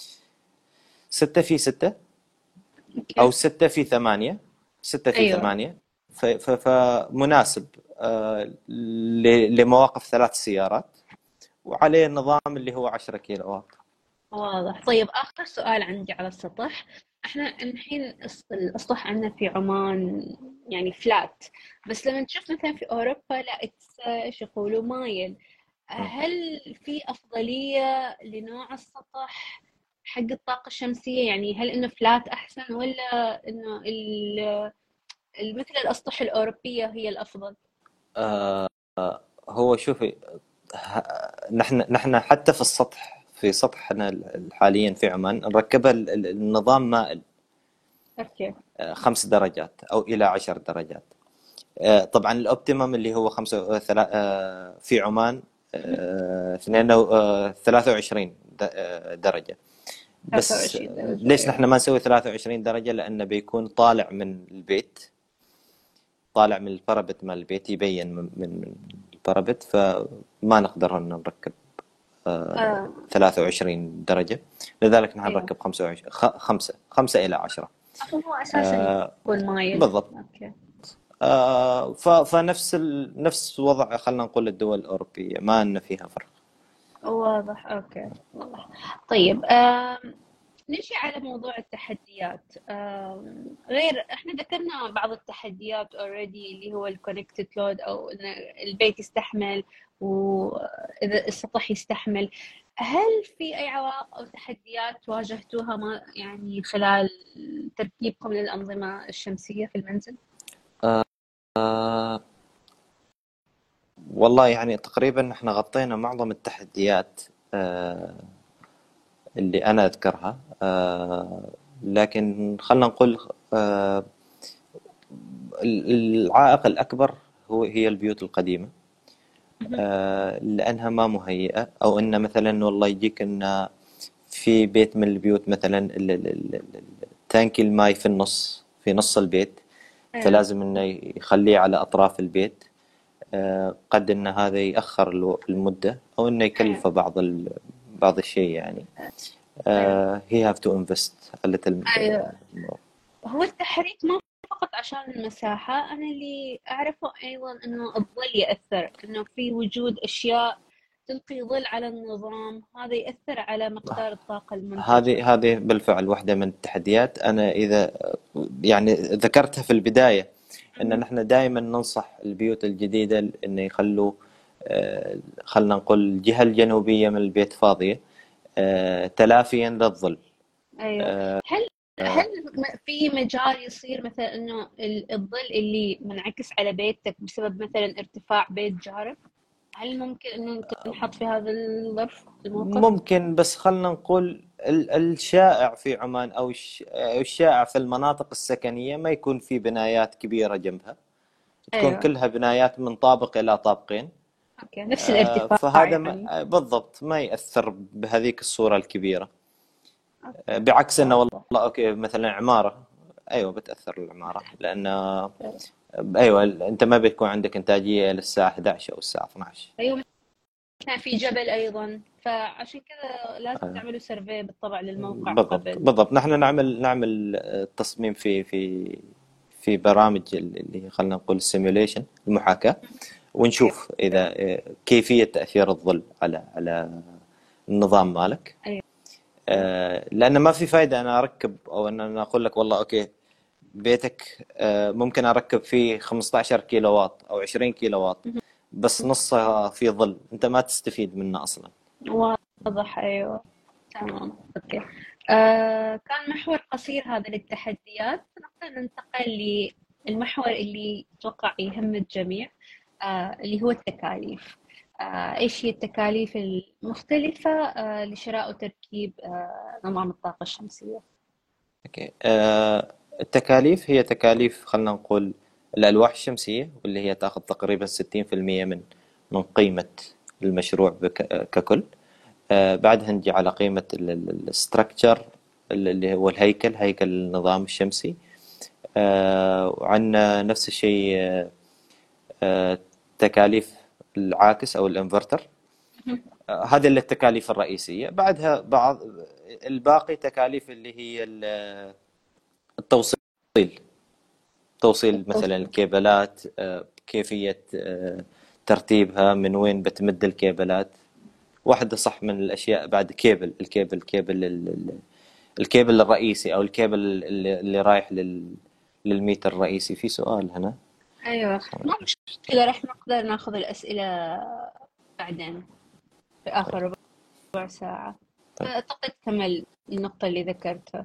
ستة في ستة أو أوكي. ستة في ثمانية، ستة في أيوه. ثمانية. ف- ف- فمناسب آه، ل- لمواقف ثلاث سيارات، وعليه النظام اللي هو عشرة كيلو واط. واضح. طيب آخر سؤال عندي على السطح. احنا الحين الس- الأسطح عندنا في عمان يعني فلات، بس لما تشوف مثلا في أوروبا لا اتس ايش يقولوا مايل. م. هل في أفضلية لنوع السطح حق الطاقة الشمسية؟ يعني هل إنه فلات أحسن، ولا إنه ال- ال- مثل الأسطح الأوروبية هي الأفضل؟ آه، هو شوفي، ه- نحن نحن حتى في السطح، في سطحنا حاليا في عمان نركب ال- ال- النظام مائل، أوكي. آه، خمس درجات أو إلى عشر درجات. آه، طبعا الأوبتيمم اللي هو خمسة، آه، ثلا- آه، في عمان مهم. آه، اثنين و- آه، ثلاثة وعشرين د- آه، درجة. بس ثلاثة وعشرين درجة ليش أيوه. نحن ما نسوي ثلاثة وعشرين درجة؟ لأنه بيكون طالع من البيت، طالع من البارابت مال البيت، يبين من من من البارابت، فما نقدر إن نركب آه، آه. ثلاثة وعشرين درجة. لذلك نحن أيوه. نركب خمسة وعشرين، خ- خمسة خمسة إلى عشرة. هو أساسا آه، يكون مايل. بالضبط. أوكي. آه، ف- فنفس ال... نفس وضع خلينا نقول الدول الأوروبية، ما أن فيها فرق. واضح. أوكي واضح. طيب آم، نجي على موضوع التحديات. آم، غير احنا ذكرنا بعض التحديات already، اللي هو الكونكتد لود، او ان البيت يستحمل واذا السطح يستحمل. هل في اي عوائق او تحديات واجهتوها ما يعني خلال تركيبكم للأنظمة الشمسية في المنزل؟ آه، والله يعني تقريبا احنا غطينا معظم التحديات آه، اللي أنا أذكرها. آه، لكن خلينا نقول آه، العائق الأكبر هو هي البيوت القديمة، مهم. آه، لأنها ما مهيئة. أو إن مثلا والله يجيك إن في بيت من البيوت مثلا ال- ال- ال- ال- تانك الماي في النص، في نص البيت، أيوة. فلازم انه يخليه على اطراف البيت. آه، قد ان هذا يأخر الو- المدة او انه أيوة. يكلفه بعض ال... بعض الشيء يعني. أيوة. آه، he have to invest a little أيوة. more. هو التحريك ما فقط عشان المساحة، أنا اللي أعرفه أيضا إنه الظل يأثر، إنه في وجود أشياء تلقي ظل على النظام، هذا يأثر على مقدار الطاقة المنتجة. هذه هذه بالفعل واحدة من التحديات. أنا إذا يعني ذكرتها في البداية، أن مهم. نحن دائما ننصح البيوت الجديدة أن يخلوا، آه، خلنا نقول الجهة الجنوبية من البيت فاضية، آه، تلافيا للظل. أيوة. هل هل م- في مجال يصير مثلا إنه ال- الظل اللي منعكس على بيتك بسبب مثلا ارتفاع بيت جارك، هل ممكن إنه تنحط في هذا الظرف الموقف؟ ممكن، بس خلنا نقول ال- الشائع في عمان أو الش- أو الشائع في المناطق السكنية ما يكون في بنايات كبيرة جنبها، تكون أيوة. كلها بنايات من طابق إلى طابقين. أوكي، نفس آه، الارتفاع فهذا يعني. ما بالضبط ما يأثر بهذيك الصورة الكبيرة. آه، أوكي، بعكس انه والله واضح. اوكي مثلا عمارة، ايوه بتأثر العمارة، لان ايوه انت ما بيكون عندك انتاجية للساعة احد عشر او الساعة اثناشر. أيوة، كان في جبل أيضا، فعشان كذا لازم تعملوا سيرفي بالطبع للموقع بالضبط قبل. بالضبط. نحن نعمل نعمل آه، تصميم في في في برامج اللي خلينا نقول السيميوليشن، المحاكاة، أيوة. ونشوف اذا آه، كيفية تأثير الظل على على النظام مالك. أيوة. آه، لأن ما في فايدة أنا أركب أو أن أنا أقول لك والله أوكي بيتك آه، ممكن أركب فيه خمسة عشر كيلو واط أو عشرين كيلو واط، بس نصها في ظل، أنت ما تستفيد منه أصلا. واضح. أيوة. تمام. أوكي. آه كان محور قصير هذا للتحديات، نقدر ننتقل للمحور اللي أتوقع يهم الجميع، آه اللي هو التكاليف. آه إيش هي التكاليف المختلفة آه لشراء وتركيب آه نظام الطاقة الشمسية؟ أوكي. آه، التكاليف هي تكاليف خلينا نقول الألواح الشمسية، واللي هي تأخذ تقريبا ستين في المية من من قيمة المشروع بك- ككل. آه، بعدها نجي على قيمة الستركتشر اللي هو الهيكل، هيكل النظام الشمسي. آه، وعندنا نفس الشيء، آه، آه، تكاليف العاكس أو الانفرتر. آه، هذه اللي التكاليف الرئيسية. بعدها بعض الباقي تكاليف اللي هي ال- التوصيل، توصيل مثلا التوصيل. الكيبلات، آه، كيفية آه، ترتيبها، من وين بتمد الكيبلات. واحدة صح من الأشياء بعد كيبل الكيبل كيبل ال- ال- الكيبل الرئيسي أو الكيبل اللي, اللي رايح لل للميتر الرئيسي. في سؤال هنا. أيوة، ما مشكلة، رح نقدر ناخذ الأسئلة بعدين في آخر ربع ساعة. طيب. أعتقد كمل النقطة اللي ذكرتها.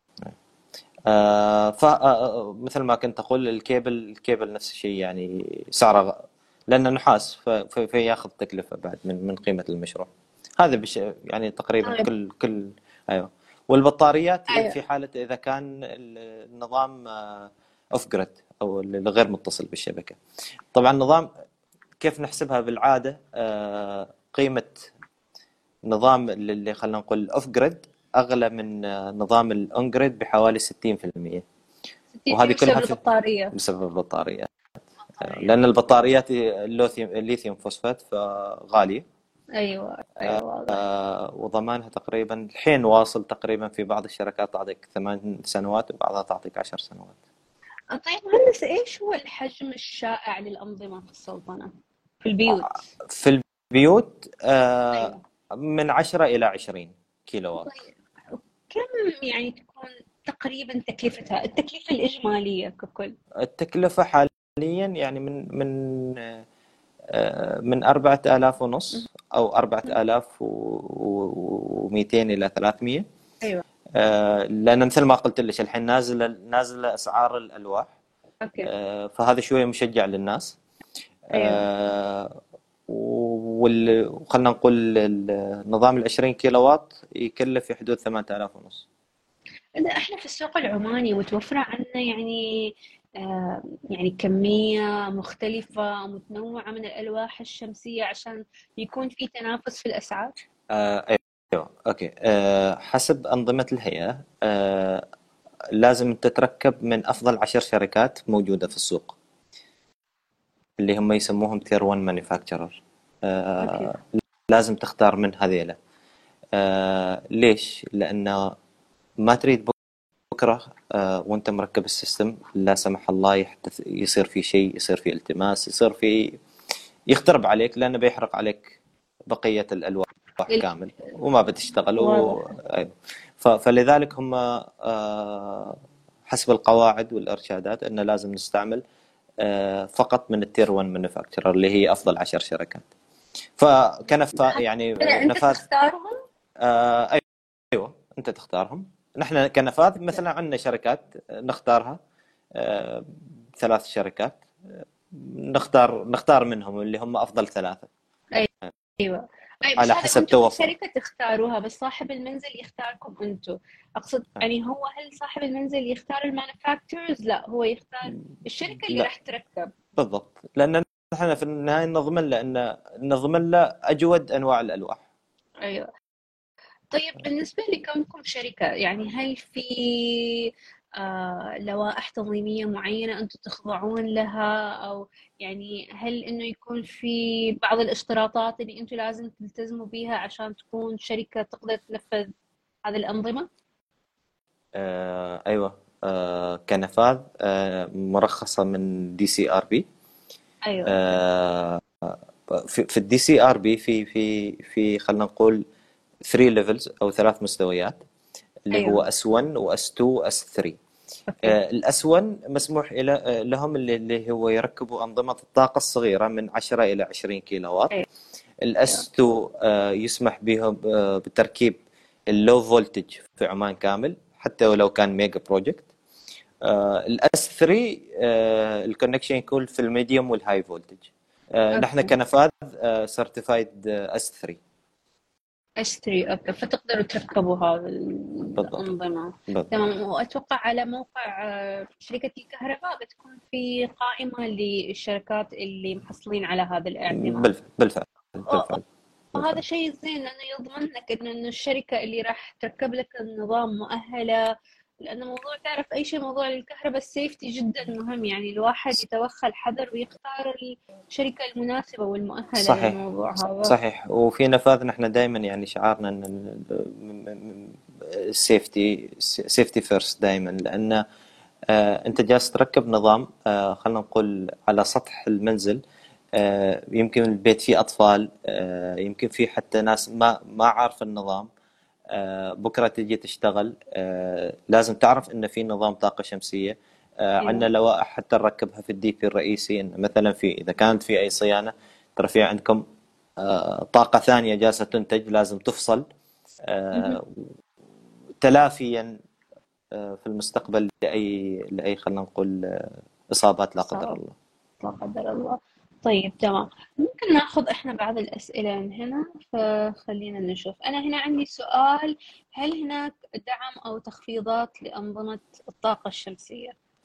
آه ف آه، مثل ما كنت أقول الكيبل الكيبل نفس الشيء يعني سعره غ- لأنه نحاس، ف- ف- فياخذ تكلفة بعد من من قيمة المشروع. هذا بش يعني تقريبا طيب. كل كل أيوه. والبطاريات أيوة. في حالة إذا كان ال- النظام اوف جريد أو الغير متصل بالشبكة. طبعا النظام كيف نحسبها بالعادة؟ آه، قيمة نظام اللي خلينا نقول الاوف جريد اغلى من آه، نظام الاون جريد بحوالي ستين في المية. وهذه ستين بسبب كلها في البطارية. بسبب البطاريات. البطارية. لان البطاريات اللوثيوم الليثيوم فوسفات فغالية. أيوة. أيوة، واضح. آه، وضمانها تقريبا الحين واصل تقريبا في بعض الشركات تعطيك ثمان سنوات وبعضها تعطيك عشر سنوات. طيب مهندس، إيش هو الحجم الشائع للأنظمة في السلطنة في البيوت؟ في البيوت آه، أيوة. من عشرة إلى عشرين كيلو وات. طيب، كم يعني تكون تقريبا تكلفتها، التكلفة الإجمالية ككل؟ التكلفة حاليا يعني من من آه، من أربعة آلاف ونص أو أربعة آلاف ومئتين إلى ثلاثمية. أيوة. آه، لأن مثل ما قلت لك الحين نازلة نازلة أسعار الألواح. أوكي. آه، فهذا شوية مشجع للناس. أيوة. آه، وال- وخلنا نقول النظام العشرين كيلو وات يكلف في حدود ثمانية آلاف ونص. إذا إحنا في السوق العماني متوفرة عندنا يعني آه يعني كمية مختلفة متنوعة من الألواح الشمسية عشان يكون في تنافس في الأسعار. آه، أيوه أوكي. آه، حسب أنظمة الهيئة، آه، لازم أنت تركب من أفضل عشر شركات موجودة في السوق، اللي هم يسموهم تير ون مانيفاكتشرر. أوكي. لازم تختار من هذيلا. آه ليش؟ لأن ما تريد بكرة آه وأنت مركب السيستم لا سمح الله يحدث، يصير في شيء، يصير في التماس، يصير في يخترب عليك، لأنه بيحرق عليك بقية الألواح ال- كامل وما بتشتغل و... واضح. أيوة. ف... فلذلك هم آه حسب القواعد والإرشادات أنه لازم نستعمل آه فقط من التير ون مانيفاكتشرر اللي هي أفضل عشر شركات. فكنفا يعني هلا أنت نفاذ. تختارهم؟ آه ايوه انت تختارهم. نحن كنفاذ مثلا عندنا شركات نختارها، آه ثلاث شركات نختار نختار منهم اللي هم افضل ثلاثة أيوة. أي بس على هذا حسب أنتم توفر. كشركة تختاروها، بس صاحب المنزل يختاركم أنتم. أقصد يعني هو هل صاحب المنزل يختار المانيفاكتشرز؟ لا، هو يختار الشركة اللي لا راح تركب. بالضبط، لان نحن في النهايه نضمن له ان نضمن له اجود انواع الالواح. أيوة. طيب بالنسبة لكونكم شركة، يعني هل في آه لوائح تنظيمية معينة أنتم تخضعون لها، أو يعني هل إنه يكون في بعض الاشتراطات اللي أنتم لازم تلتزموا بيها عشان تكون شركة تقدر تنفذ هذه الأنظمة؟ آه ايوه. آه كنفاذ آه مرخصه من دي سي ار بي. أيوة. أوكي. آه في في الدي سي ار بي في في في خلينا نقول ثري ليفلز او ثلاث مستويات، اللي هو أيوة. اس ون واس تو واس ثري. أوكي. الاس ون مسموح الى آه، لهم اللي اللي هو يركبوا انظمه الطاقه الصغيره من عشرة الى عشرين كيلو وات. أيوة. الاس تو يسمح بهم آه، بتركيب اللو فولتج في عمان كامل حتى ولو كان ميجا بروجكت. الاس ثري الكونكشن يكون في الميديوم والهاي فولتج. نحن أوكي. كنفاذ سيرتيفايد اس ثري. اشتري. اوكي، فتقدروا تركبوا هذه بالضبط الأنظمة. بالضبط. تمام. وأتوقع على موقع آه، شركة الكهرباء بتكون في قائمة للشركات اللي محصلين على هذا الاعتماد. بالفعل بالفعل بالفعل وهذا بالفعل. شيء زين لأنه يضمن لك إنه إنه الشركة اللي راح تركب لك النظام مؤهلة. لأنه موضوع، تعرف أي شيء، موضوع الكهرباء السيفتي جدا مهم، يعني الواحد يتوخى الحذر ويختار الشركة المناسبة والمؤهلة صحيح للموضوع هذا. صحيح. وفي نفاذ نحن دائما يعني شعارنا ان السيفتي سيفتي فيرست دائما، لان آه، انت جالس تركب نظام آه، خلينا نقول على سطح المنزل. آه، يمكن البيت فيه اطفال، آه، يمكن فيه حتى ناس ما ما عارف النظام. آه، بكره تجي تشتغل آه، لازم تعرف ان في نظام طاقه شمسيه. آه، عندنا أيوه. لوائح حتى نركبها في الدي بي الرئيسي، ان مثلا في اذا كانت في اي صيانه ترى في عندكم آه، طاقه ثانيه جالسه تنتج لازم تفصل مهم. آه، تلافيا آه، في المستقبل لأي لأي خلينا نقول آه، إصابات لا قدر صعب. الله. لا قدر الله. طيب تمام. ممكن ناخذ احنا بعض الأسئلة من هنا، فخلينا نشوف. أنا هنا عندي سؤال: هل هناك دعم أو تخفيضات لأنظمة الطاقة الشمسية؟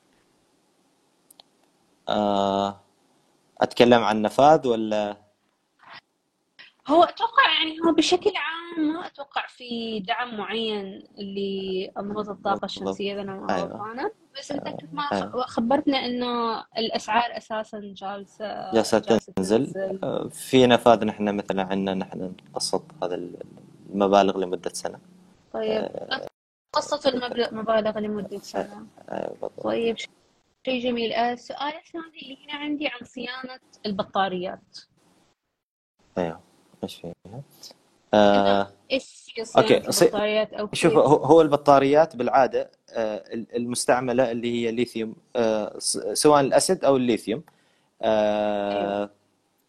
آه، أتكلم عن نفاذ ولا؟ هو أتوقع يعني هو بشكل عام ما أتوقع في دعم معين لأنظمة الطاقة بالضبط. الشمسية إذا أنا ما أيوه غلطانة. بس أنت كيف ما أيوه. خ- خبرتنا إنه الأسعار أساسا جالسة جالسة جالسة تنزل. تنزل. آه، في نفاذ نحن مثلا عندنا نحن نقسط هذا المبالغ لمدة سنة. طيب، قسطوا المبلغ مبالغ لمدة أيوه سنة. أيوه بالضبط. طيب، شيء جميل. آه، السؤال الثاني اللي هنا عندي عن صيانة البطاريات. أيوه إيش فيها؟ إنه آه، إيش هي صيانة أوكي صي... البطاريات أو شوف، كيف؟ هو هو البطاريات بالعادة آه، المستعملة اللي هي ليثيوم، آه، س- سواء الأسيد أو الليثيوم. أيوه. آه،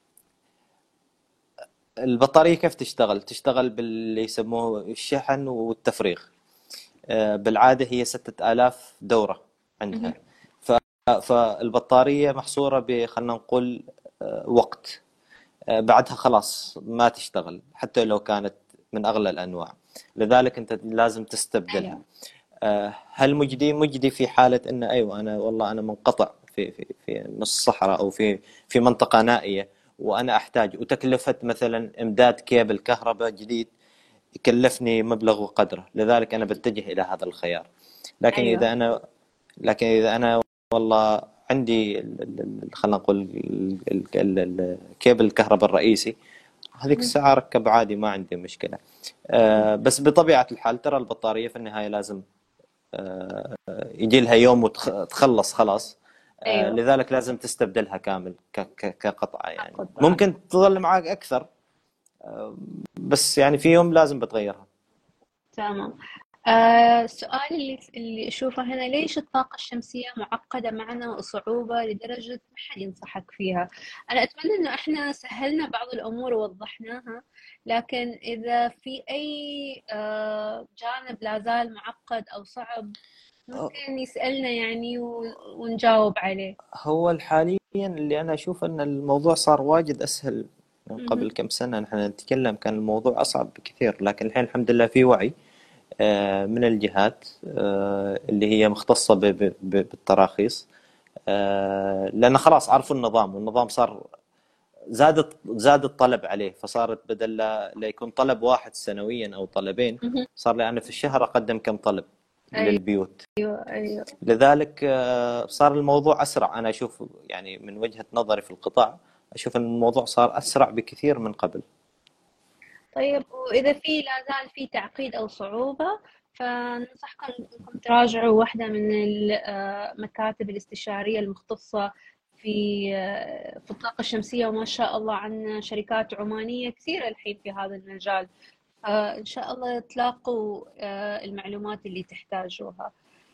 البطارية كيف تشتغل؟ تشتغل باللي يسموه الشحن والتفريغ. آه، بالعادة هي ستة آلاف دورة مهم. عندها. ف- فالبطارية محصورة ب خلينا نقول آه، وقت. آه، بعدها خلاص ما تشتغل حتى لو كانت من أغلى الأنواع. لذلك أنت لازم تستبدلها. أيوه. آه، هل مجدي؟ مجدي في حالة أن أيوة أنا والله أنا منقطع في في في نص الصحراء أو في في منطقة نائية، وأنا أحتاج، وتكلفة مثلا إمداد كيبل كهرباء جديد يكلفني مبلغ وقدره، لذلك أنا بتجه إلى هذا الخيار. لكن أيوة. اذا انا لكن اذا انا والله عندي ال- ال- ال- خلينا نقول ال- ال- ال- الكيبل الكهرباء الرئيسي، هذيك مهم. الساعة اركب عادي، ما عندي مشكلة. مهم. آه، بس بطبيعة الحال ترى البطارية في النهاية لازم آه، يجي لها يوم وتخلص خلاص. آه، أيوة. لذلك لازم تستبدلها كامل ك- ك- كقطعة، يعني أخذ بعض. ممكن تظل معك أكثر، بس يعني في يوم لازم بتغيرها. تمام. آه السؤال اللي اللي أشوفه هنا، ليش الطاقة الشمسية معقدة معنا وصعوبة لدرجة ما حد ينصحك فيها؟ أنا أتمنى إنه إحنا سهلنا بعض الأمور ووضحناها، لكن إذا في أي آه جانب لا زال معقد أو صعب ممكن يسألنا يعني و- ونجاوب عليه. هو حاليا اللي أنا أشوف أن الموضوع صار واجد أسهل من قبل مهم. كم سنة. نحن نتكلم كان الموضوع أصعب بكثير، لكن الحين الحمد لله في وعي آه، من الجهات آه، اللي هي مختصة ب- ب- ب- بالتراخيص. آه، لأن خلاص عرفوا النظام، والنظام صار زادت زاد الطلب عليه، فصارت بدل لا لا يكون طلب واحد سنويا أو طلبين، مهم. صار لي أنا في الشهر أقدم كم طلب أيوة. للبيوت. أيوة. لذلك آه، صار الموضوع أسرع. أنا أشوف يعني من وجهة نظري في القطاع، أشوف أن الموضوع صار أسرع بكثير من قبل. طيب، وإذا في لا زال في تعقيد أو صعوبة، فننصحكم أنكم تراجعوا واحدة من المكاتب الاستشارية المختصة في آه، في الطاقة الشمسية، وما شاء الله عندنا شركات عمانية كثيرة الحين في هذا المجال. فإن شاء الله تلاقوا آه، المعلومات اللي تحتاجوها.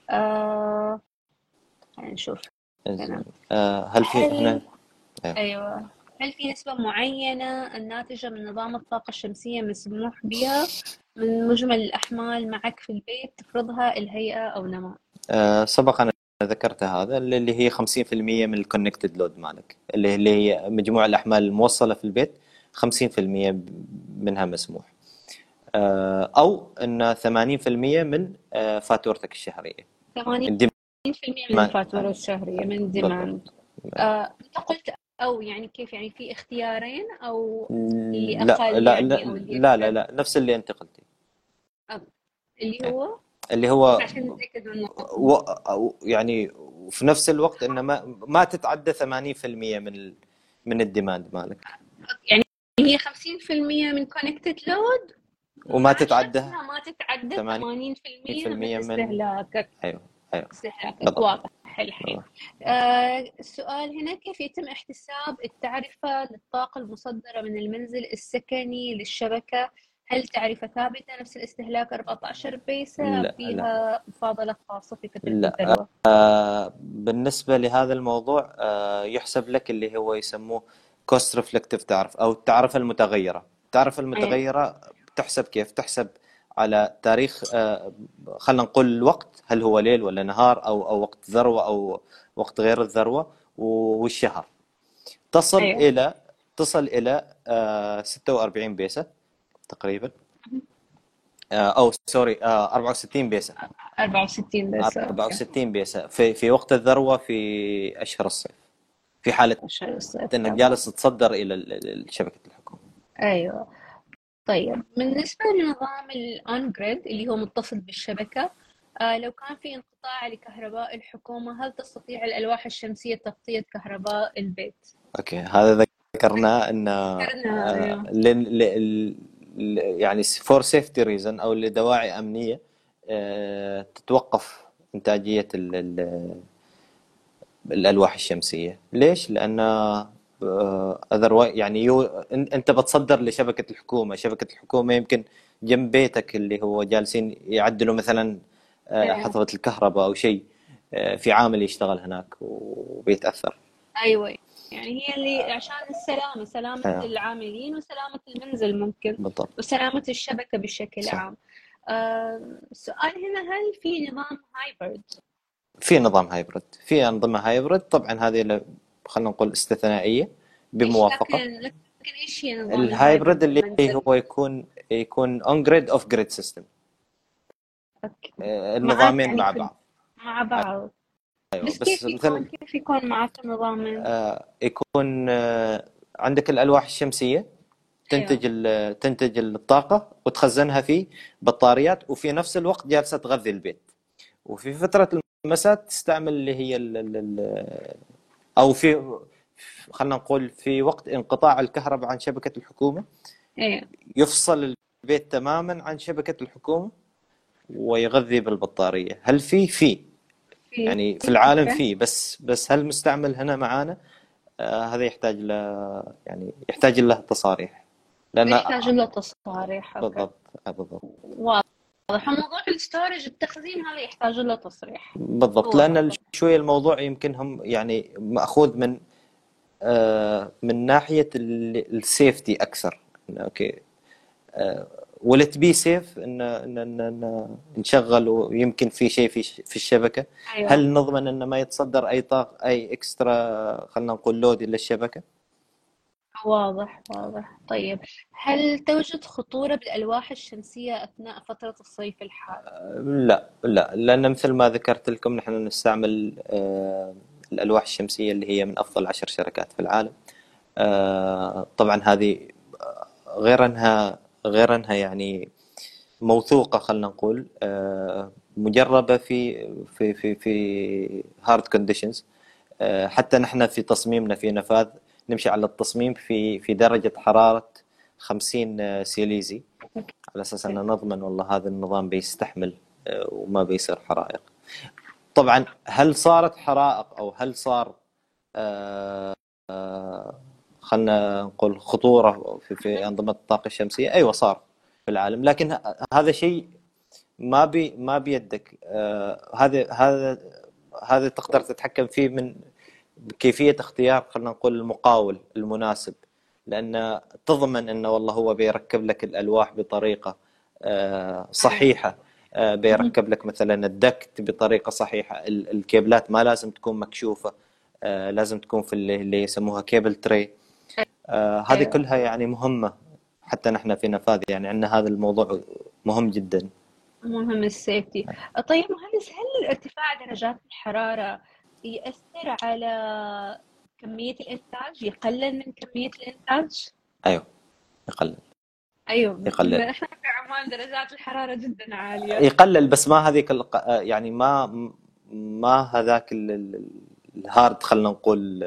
آه، خلينا نشوف إنزين. هنا. آه، هل في هنا؟ هل أيوه. أيوة، هل في نسبة معينة الناتجة من نظام الطاقة الشمسية مسموح بها من مجمل الأحمال معك في البيت تفرضها الهيئة أو نما؟ آه، سبق أنا ذكرت هذا، اللي هي خمسين في المية من الكونكتد لود مالك، اللي اللي هي مجموع الأحمال الموصلة في البيت، خمسين في المية منها مسموح. آه، أو أن ثمانين في المية من آه، فاتورتك الشهرية. ثمانين الدم... في المية من الفاتورة الشهرية من ديماند. بالضبط. آه، أنت قلت أو، يعني كيف، يعني في اختيارين أو اللي لا أقل لا يعني أو لا اللي لا لا, أكثر؟ لا. نفس اللي أنت قلتيه. أو اللي إيه. هو، اللي بس هو عشان نتأكد من النقطة. و... أو- يعني في نفس الوقت إن ما ما تتعدى ثمانين في المية من ال... من الديماند مالك، يعني هي خمسين في المية من connected load، وما مع تتعدى شرط إنها ما تتعدى ثمانين في المية من ثمانين في المية من. استهلاكك. ايوه، ايوه، استهلاكك بالضبط، واضح الحين. بالضبط. آه السؤال هنا، كيف يتم احتساب التعرفة للطاقة المصدرة من المنزل السكني للشبكة؟ هل تعرفة ثابتة نفس الاستهلاك أربعة عشر بيسة أم لا، لا، فيها مفاضلة خاصة في فترة لا. الذروة؟ آه بالنسبة لهذا الموضوع آه يحسب لك اللي هو يسموه كوست ريفلكتيف تعرف، او التعرفة المتغيرة. التعرفة أي. المتغيرة تحسب كيف؟ تحسب على تاريخ، آه خلينا نقول الوقت، هل هو ليل ولا نهار، او او وقت ذروة او وقت غير الذروة، والشهر. تصل أيوه. الى تصل الى آه ستة وأربعين بيسة تقريبا. آه، او سوري، آه، أربعة وستين بيسة. أربعة وستين بس، أوكي. أربعة وستين بيسة في في وقت الذروة في اشهر الصيف، في حالة عشان الصيف، انك تمام. جالس تصدر الى ال- ال- شبكة الحكومة. أيوه. طيب، بالنسبة لنظام الأون جريد اللي هو متصل بالشبكة، آه لو كان في انقطاع لكهرباء الحكومة، هل تستطيع الألواح الشمسية تغطية كهرباء البيت؟ اوكي، هذا ذكرناه ان ذكرنا، آه، أيوه. ل- ل- ل- يعني فور سيفتي ريزن، او لدواعي امنية، آه، تتوقف انتاجية ال- ال- الألواح الشمسية. ليش؟ لأن أذرواي يعني يو أن- أنت بتصدر لشبكة الحكومة. شبكة الحكومة يمكن جنب بيتك، اللي هو جالسين يعدلوا مثلا آه، أيوه. حصبة الكهرباء أو شيء، آه، في عامل يشتغل هناك وبيتأثر. أيوه، يعني هي اللي عشان السلامة، سلامة آه، العاملين وسلامة المنزل ممكن، بالضبط. وسلامة الشبكة بشكل صح. عام. آه السؤال هنا، هل في نظام هايبرد؟ في نظام هايبرد، في أنظمة هايبرد طبعا. هذه ل- خلينا نقول استثنائية إيش بموافقة. لكن لكن إيش هي نظام الهايبرد الهايبرد اللي بالمنزل؟ هو يكون يكون اون جريد اوف جريد سيستم، أوكي. معاك النظامين يعني مع كل بعض. مع بعض. ايوه، بس بس كيف يكون مثلا كيف يكون معاك نظامين؟ آه، يكون آه، عندك الألواح الشمسية تنتج أيوه. ال- تنتج الطاقة وتخزنها في بطاريات، وفي نفس الوقت جالسة تغذي البيت. وفي فترة المساء تستعمل اللي هي ال ال ال أو في خلينا نقول في وقت انقطاع الكهرباء عن شبكة الحكومة ايوه. يفصل البيت تماما عن شبكة الحكومة ويغذي بالبطارية. هل في في في. يعني في العالم اوكي. في، بس بس هل مستعمل هنا معانا؟ آه هذا يحتاج له، يعني يحتاج له تصاريح، لأن بيحتاج له تصاريح. اوكي. بالضبط. آه، بالضبط. واضح. موضوع الستورج التخزين هذا يحتاج له تصريح. بالضبط، هو لأن بالضبط. شوية الموضوع يمكن هم يعني مأخوذ من آه من ناحية السيفتي أكثر. إنه أوكي، will it be safe إن إن إن إن نشغل ويمكن في شيء في في الشبكة؟ ايوه. هل نضمن إن ما يتصدر أي طاقة أي إكسترا خلينا نقول لود للشبكة؟ واضح واضح. طيب، هل توجد خطورة بالألواح الشمسية أثناء فترة الصيف الحار؟ لا لا، لأن مثل ما ذكرت لكم نحن نستعمل آه، الألواح الشمسية اللي هي من أفضل عشر شركات في العالم. آه، طبعا هذه غير أنها غير أنها يعني موثوقة، خلنا نقول آه، مجربة في في في في هارد كونديشنز. حتى نحن في تصميمنا في نفاذ نمشي على التصميم في في درجة حرارة خمسين سيليزي، على أساس أن نضمن والله هذا النظام بيستحمل آه، وما بيصير حرائق. طبعا هل صارت حرائق أو هل صار آه، خلنا نقول خطورة في, في أنظمة الطاقة الشمسية؟ أيوة صار في العالم، لكن ه- هذا شيء ما بي ما بيدك. آه، هذا هذا هذا تقدر تتحكم فيه من كيفية اختيار خلينا نقول المقاول المناسب، لأن تضمن أنه والله هو بيركب لك الألواح بطريقة آه، أيوة. صحيحة. آه، مهم. بيركب لك مثلا الدكت بطريقة صحيحة، ال- الكيبلات ما لازم تكون مكشوفة، آه، لازم تكون في اللي اللي يسموها كيبل تري. آه، هذه أيوة. كلها يعني مهمة. حتى نحن في نفاذ يعني عندنا هذا الموضوع مهم جدا. مهم السيفتي. طيب مهندس، هل ارتفاع درجات الحرارة يأثر على كمية الإنتاج؟ يقلل من كمية الإنتاج؟ أيوه، يقلل. أيوة، يقلل إحنا في عمان درجات الحرارة جدا عالية. يقلل بس ما هذيك الق- يعني ما ما هذاك ال- ال- الهارد خلنا نقول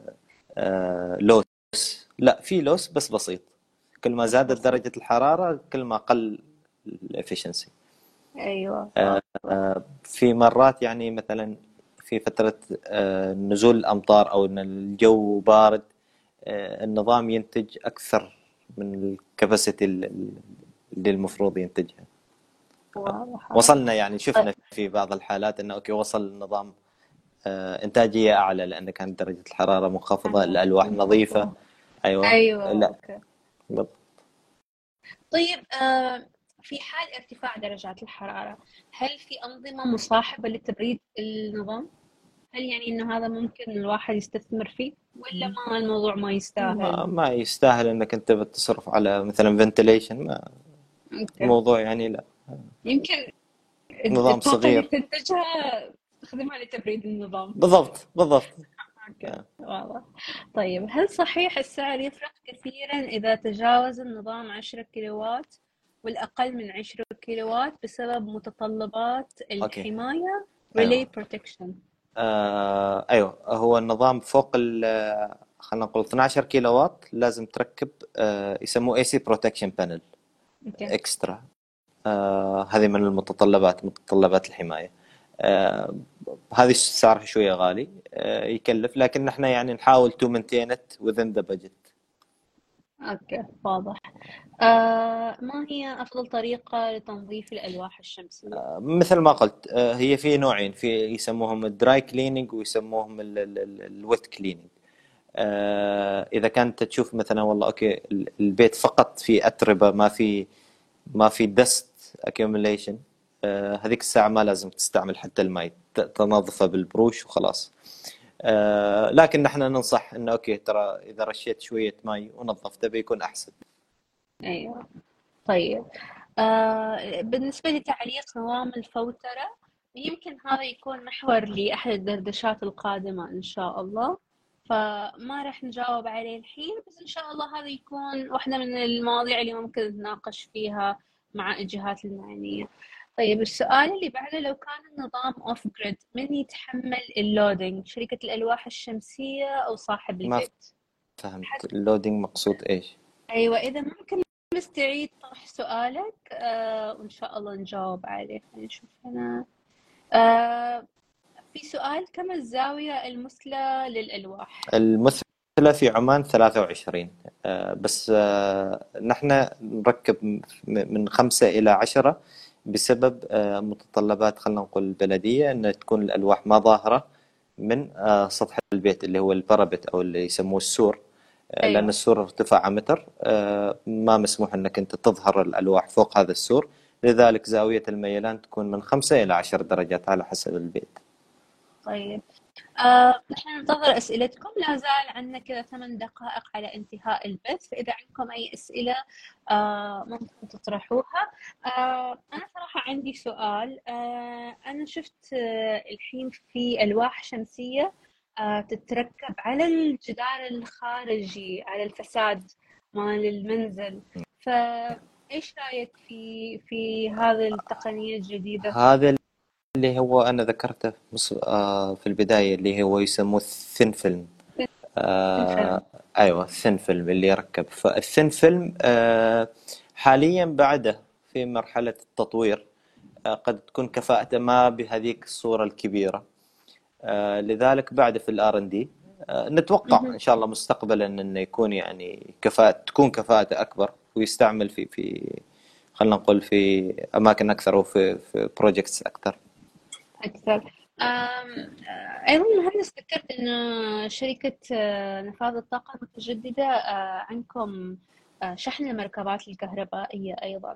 آه، لوس. لا، في لوس بس بسيط. كل ما بس زادت بسيط. درجة الحرارة كل ما قل الافشنسي. أيوة واضح. في مرات يعني مثلا في فترة آه، نزول الأمطار أو أن الجو بارد، آه، النظام ينتج أكثر من الكباسيتي اللي المفروض ينتجها. واضح واضح. وصلنا يعني طيب. شفنا في بعض الحالات انه اوكي وصل النظام آه، انتاجيه اعلى لان كانت درجه الحراره منخفضه، أنا الالواح نظيفه. منخفضة. ايوه. أيوة لا. أوكي. بالضبط. طيب، آه، في حال ارتفاع درجات الحرارة، هل في أنظمة مصاحبة لتبريد النظام؟ هل يعني إنه هذا ممكن الواحد يستثمر فيه، ولا ما الموضوع ما يستاهل؟ ما ما يستاهل انك انت بتصرف على مثلا فنتليشن. ما أوكي. الموضوع يعني لا. يمكن نظام الطاقة اللي صغير. تنتجها تستخدمها لتبريد النظام. بالضبط بالضبط. أوكي واضح. طيب، هل صحيح السعر يفرق كثيرا إذا تجاوز النظام عشرة كيلووات والأقل من عشرة كيلووات بسبب متطلبات اوكي. الحماية ايوه. relay protection؟ آه ايوه، هو النظام فوق ال خلينا نقول اثنا عشر كيلو واط لازم تركب آه يسموه اي سي بروتكشن بانل أوكي. اكسترا. آه هذه من المتطلبات متطلبات الحماية. آه هذه سعرها شوية غالي، آه يكلف، لكن نحن يعني نحاول to maintain it within the budget. أوكي واضح. آه ما هي أفضل طريقة لتنظيف الألواح الشمسية؟ آه مثل ما قلت، آه هي في نوعين، في يسموهم الدراي كليننج ويسموهم الويت كليننج. آه إذا كانت تشوف مثلا والله أوكي البيت فقط في أتربة، ما في ما في dust accumulation، آه هذيك الساعة ما لازم تستعمل حتى الماء، ت- تنظفه بالبروش وخلاص. آه لكن نحن ننصح انه اوكي ترى اذا رشيت شوية ماء ونظفته بيكون احسن. أيوة. طيب، آه بالنسبة لتعليق نظام الفوترة، يمكن هذا يكون محور لأحد الدردشات القادمة إن شاء الله، فما راح نجاوب عليه الحين، بس إن شاء الله هذا يكون واحدة من المواضيع اللي ممكن نتناقش فيها مع الجهات المعنية. طيب السؤال اللي بعده، لو كان النظام اوف جريد، من يتحمل اللودينج؟ شركة الألواح الشمسية أو صاحب ما البيت؟ فهمت اللودينج مقصود ايش؟ أيوة، إذا ممكن بس تعيد طرح سؤالك آه وإن شاء الله نجاوب عليه. خلينا نشوف هنا. آه في سؤال: كم الزاوية المثلى للألواح؟ المثلى في عمان ثلاثة وعشرين. آه، بس آه، نحن نركب م- من خمسة إلى عشرة بسبب آه، متطلبات، خلينا نقول البلدية، أن تكون الألواح ما ظاهرة من آه، سطح البيت اللي هو البارابت أو اللي يسموه السور. آه، لأن أيوة. السور ارتفاعه متر، آه، ما مسموح أنك أنت تظهر الألواح فوق هذا السور. لذلك زاوية الميلان تكون من خمسة إلى عشر درجات على حسب البيت. طيب آه، نحن ننتظر أسئلتكم. لا زال عندنا كذا ثمان دقائق على انتهاء البث، فإذا عندكم أي أسئلة آه، ممكن تطرحوها. آه، أنا صراحة عندي سؤال. آه، أنا شفت آه، الحين في ألواح شمسية آه، تتركب على الجدار الخارجي، على الفساد مال المنزل. فإيش رأيك في في هذه التقنية الجديدة؟ هذا اللي هو أنا ذكرته مص- آه، في البداية، اللي هو يسموه الثين فيلم. الفيلم. آه أيوة، الثين فيلم اللي يركب. فالثين فيلم آه حاليا بعده في مرحلة التطوير. آه قد تكون كفاءته ما بهذيك الصورة الكبيرة. آه لذلك بعد في الار ان دي نتوقع مهم. ان شاء الله مستقبلا انه يكون يعني كفاءة، تكون كفاءته اكبر ويستعمل في في خلينا نقول في اماكن اكثر وفي في بروجكتس اكثر. أكثر. آم، آه، أيضا مهندس، ذكرت أن شركة آه، نفاذ الطاقة المتجددة آه، عندكم آه، شحن المركبات الكهربائية أيضا.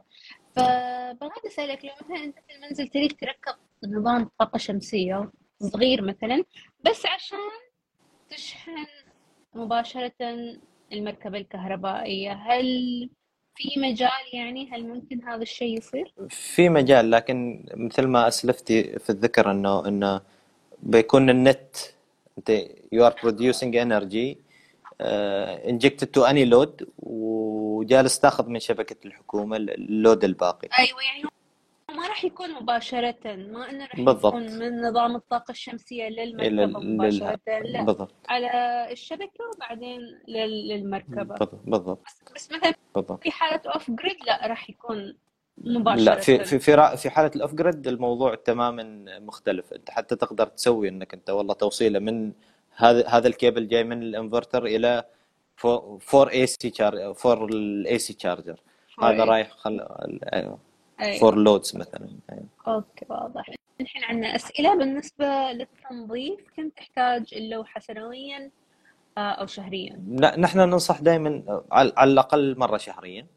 فبغيت أسألك، لو مثلا أنت في المنزل تريد تركب نظام طاقة شمسية صغير مثلا، بس عشان تشحن مباشرة المركبة الكهربائية، هل في مجال، يعني هل ممكن هذا الشيء يصير؟ في مجال، لكن مثل ما اسلفتي في الذكر انه انه بيكون النت، انت you are producing energy uh, injected to any load، وجالس تاخذ من شبكة الحكومة اللود الباقي. أيوة، يعني ما راح يكون مباشرة، ما إنه راح يكون بالضبط. من نظام الطاقة الشمسية الى للمركبة للها. مباشرة، لا، بالضبط. على الشبكة وبعدين لل- للمركبة. بالضبط. بالضبط. بس بس مثلا بالضبط. في حالة أوف جريد لا، راح يكون لا، في مباشرة. في في را- في حالة الاوف جريد الموضوع تماما مختلف. انت حتى تقدر تسوي انك انت والله توصيله من هذا هذا الكيبل جاي من الانفرتر الى فور اي سي تشارج، فور الاي سي تشارجر. فور هذا إيه. رايح خل... ايوه، فور أيوة. لودز مثلا. أيوة. أوكي، واضح. الحين عندنا أسئلة بالنسبة للتنظيف. كم تحتاج اللوحة سنويا آه، أو شهريا؟ لا، نحن ننصح دائما على على الاقل مره شهريا،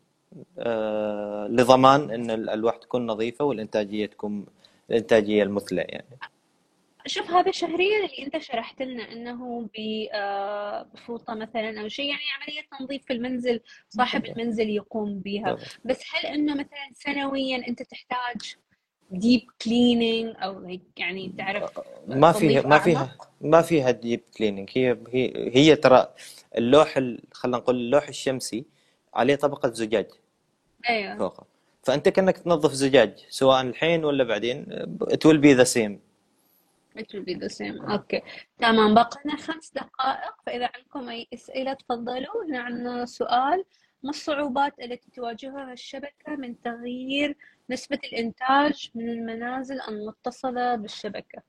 آه، لضمان ان الالواح تكون نظيفه والانتاجيه تكون الانتاجيه المثلى يعني. شوف، هذا شهريا اللي انت شرحت لنا انه ب- آه، بفوطة مثلا او شيء، يعني عملية تنظيف في المنزل صاحب بالضبط. المنزل يقوم بها. بالضبط. بس هل انه مثلا سنويا انت تحتاج ديب كلينينج او هيك، يعني تعرف آه، ما فيها تنظيف ما فيها اعمق؟ ما فيها ديب كليننج. هي هي هي ترى اللوح ال- خلينا نقول اللوح الشمسي عليه طبقه زجاج ايوه. فوقه. فانت كانك تنظف زجاج سواء الحين ولا بعدين. it will be the same. it will be the same. اوكي، تمام. بقى لنا خمس دقائق، فاذا عندكم اي اسئلة تفضلوا. هنا عندنا سؤال: ما الصعوبات التي تواجهها الشبكة من تغيير نسبة الإنتاج من المنازل المتصلة بالشبكة؟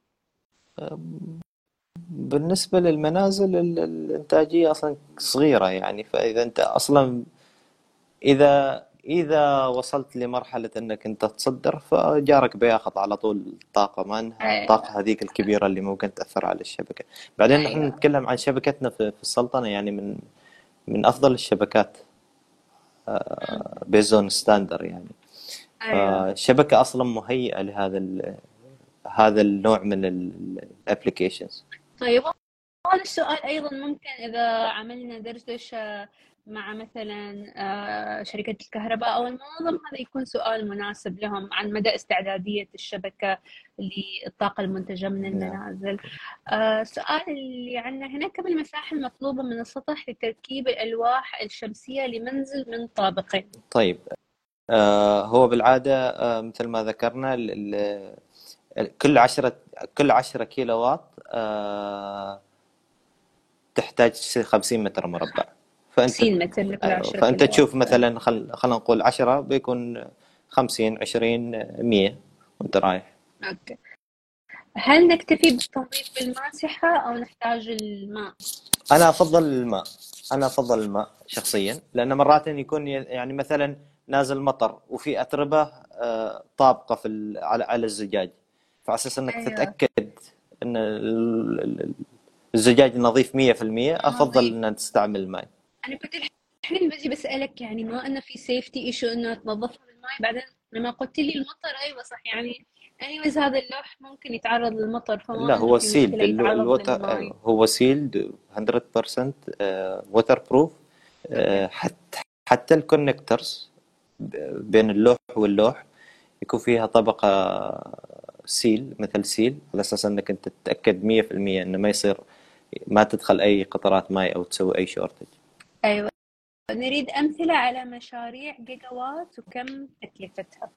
بالنسبة للمنازل ال- الإنتاجية أصلا صغيرة يعني. فإذا أنت أصلا إذا إذا وصلت لمرحلة أنك أنت تصدر، فجارك بياخذ على طول الطاقة، ما أنها أيوة. الطاقة هذيك الكبيرة اللي ممكن تأثر على الشبكة. بعدين نحن أيوة. نتكلم عن شبكتنا في في السلطنة، يعني من من أفضل الشبكات أمم. بيزون ستاندر يعني. أيوة. فالشبكة أصلا مهيئة لهذا ال- هذا النوع من الابليكيشنز. طيب، هذا السؤال أيضا ممكن إذا عملنا دردشة مع مثلا آه، شركة الكهرباء أو المنظمة، هذا يكون سؤال مناسب لهم عن مدى استعدادية الشبكة للطاقة المنتجة من نعم. المنازل. آه، السؤال اللي عندنا هنا: كم المساحة المطلوبة من السطح لتركيب الألواح الشمسية لمنزل من طابقين؟ طيب، آه، هو بالعادة آه، مثل ما ذكرنا ال- ال- كل عشرة كل عشرة كيلو واط آه، تحتاج خمسين متر مربع. فأنت خمسين متر لكل أيوة، عشرة فأنت كيلو تشوف وات. مثلا خل خلينا نقول عشرة بيكون خمسين عشرين مية وأنت رايح. أوكي. هل نكتفي بالتنظيف بالماسحة أو نحتاج الماء؟ أنا أفضل الماء. أنا أفضل الماء شخصيا، لأن مرات يكون ي- يعني مثلا نازل مطر وفي أتربة آه، طابقة في ال- على على الزجاج، فعلى أساس أنك أيوة. تتأكد أن ال- ال- الزجاج نظيف مية في المية، أفضل نظيف. أن تستعمل الماء. أنا كنت الحين بجي بسألك، يعني ما إنه في سيفتي إيشو إنه تنظفها بالماء، بعدين لما قلت لي المطر أيوة صح يعني. anyways هذا اللوح ممكن يتعرض للمطر، لا، فما إنه هو في سيلد مشكلة يتعرض الوتر. للماء. هو سيلد مية بالمية ووتر بروف. أوكي. حتى حتى الكونكتورز بين اللوح واللوح يكون فيها طبقة سيل، مثل سيل، على أساس أنك أنت تتأكد مية في المية أنه ما يصير ما تدخل أي قطرات ماء أو تسوي أي شورتج. أيوة. نريد أمثلة على مشاريع جيجا وات وكم تكلفتها.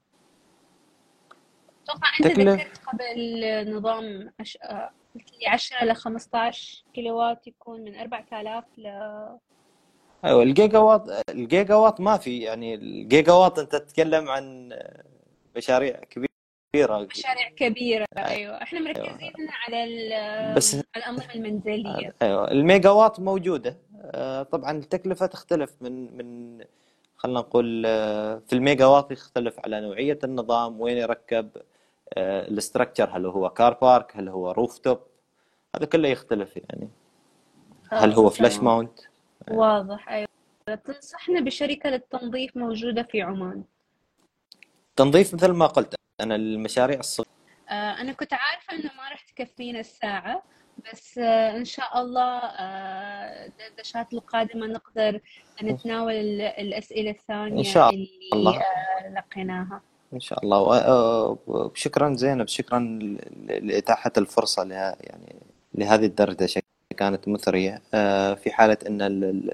أتوقع أنت تكلف ذكرت قبل نظام أش... آه، قلت لي عشرة ل خمستاشر كيلو وات يكون من أربعة آلاف ل أيوة، الجيجا وات الجيجا وات ما في، يعني الجيجا وات أنت تتكلم عن مشاريع كبيرة. مشاريع كبيرة. أيوة إحنا مركزين هنا على ال- بس الأنظمة المنزلية. ايوه، الميجا وات موجودة. آه، طبعا التكلفة تختلف من من خلينا نقول آه، في الميجا وات يختلف على نوعية النظام، وين يركب، الاستراكشر، هل هو كار بارك، هل هو روف توب، هذا كله يختلف يعني، هل آه هو فلاش تمام. ماونت. واضح. أيوة. تنصحنا بشركة للتنظيف موجودة في عمان؟ تنظيف مثل ما قلت انا، المشاريع الصغيرة. آه، أنا كنت عارفة إنه ما راح تكفينا الساعة، بس آه، إن شاء الله آه، الدردشات القادمة نقدر نتناول ال- الأسئلة ان الثانية شاء اللي الله. آه، لقيناها. ان شاء الله. وشكرا زينب، شكرا ل- لإتاحة الفرصة لها يعني لهذه الدردشة، كانت مثرية. آه، في حالة ان ال- ال-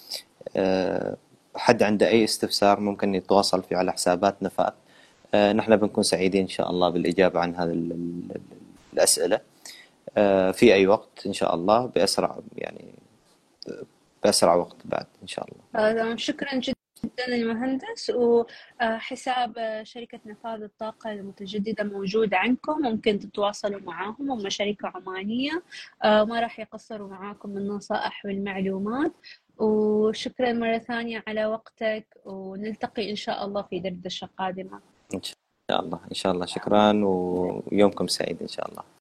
آه، حد عنده أي استفسار ممكن يتواصل فيه على حسابات نفاذ. آه، نحن بنكون سعيدين إن شاء الله بالإجابة عن هذه ال- ال- الأسئلة آه، في أي وقت إن شاء الله، بأسرع يعني بأسرع وقت بعد إن شاء الله. آه، تمام. شكرا جدا المهندس. وحساب شركة نفاذ الطاقة المتجددة موجود عندكم، ممكن تتواصلوا معاهم، هم شركة عمانية آه، ما راح يقصروا معاكم من النصائح والمعلومات. وشكرا مرة ثانية على وقتك، ونلتقي إن شاء الله في دردشة قادمة. إن شاء الله، إن شاء الله. شكرا ويومكم سعيد إن شاء الله.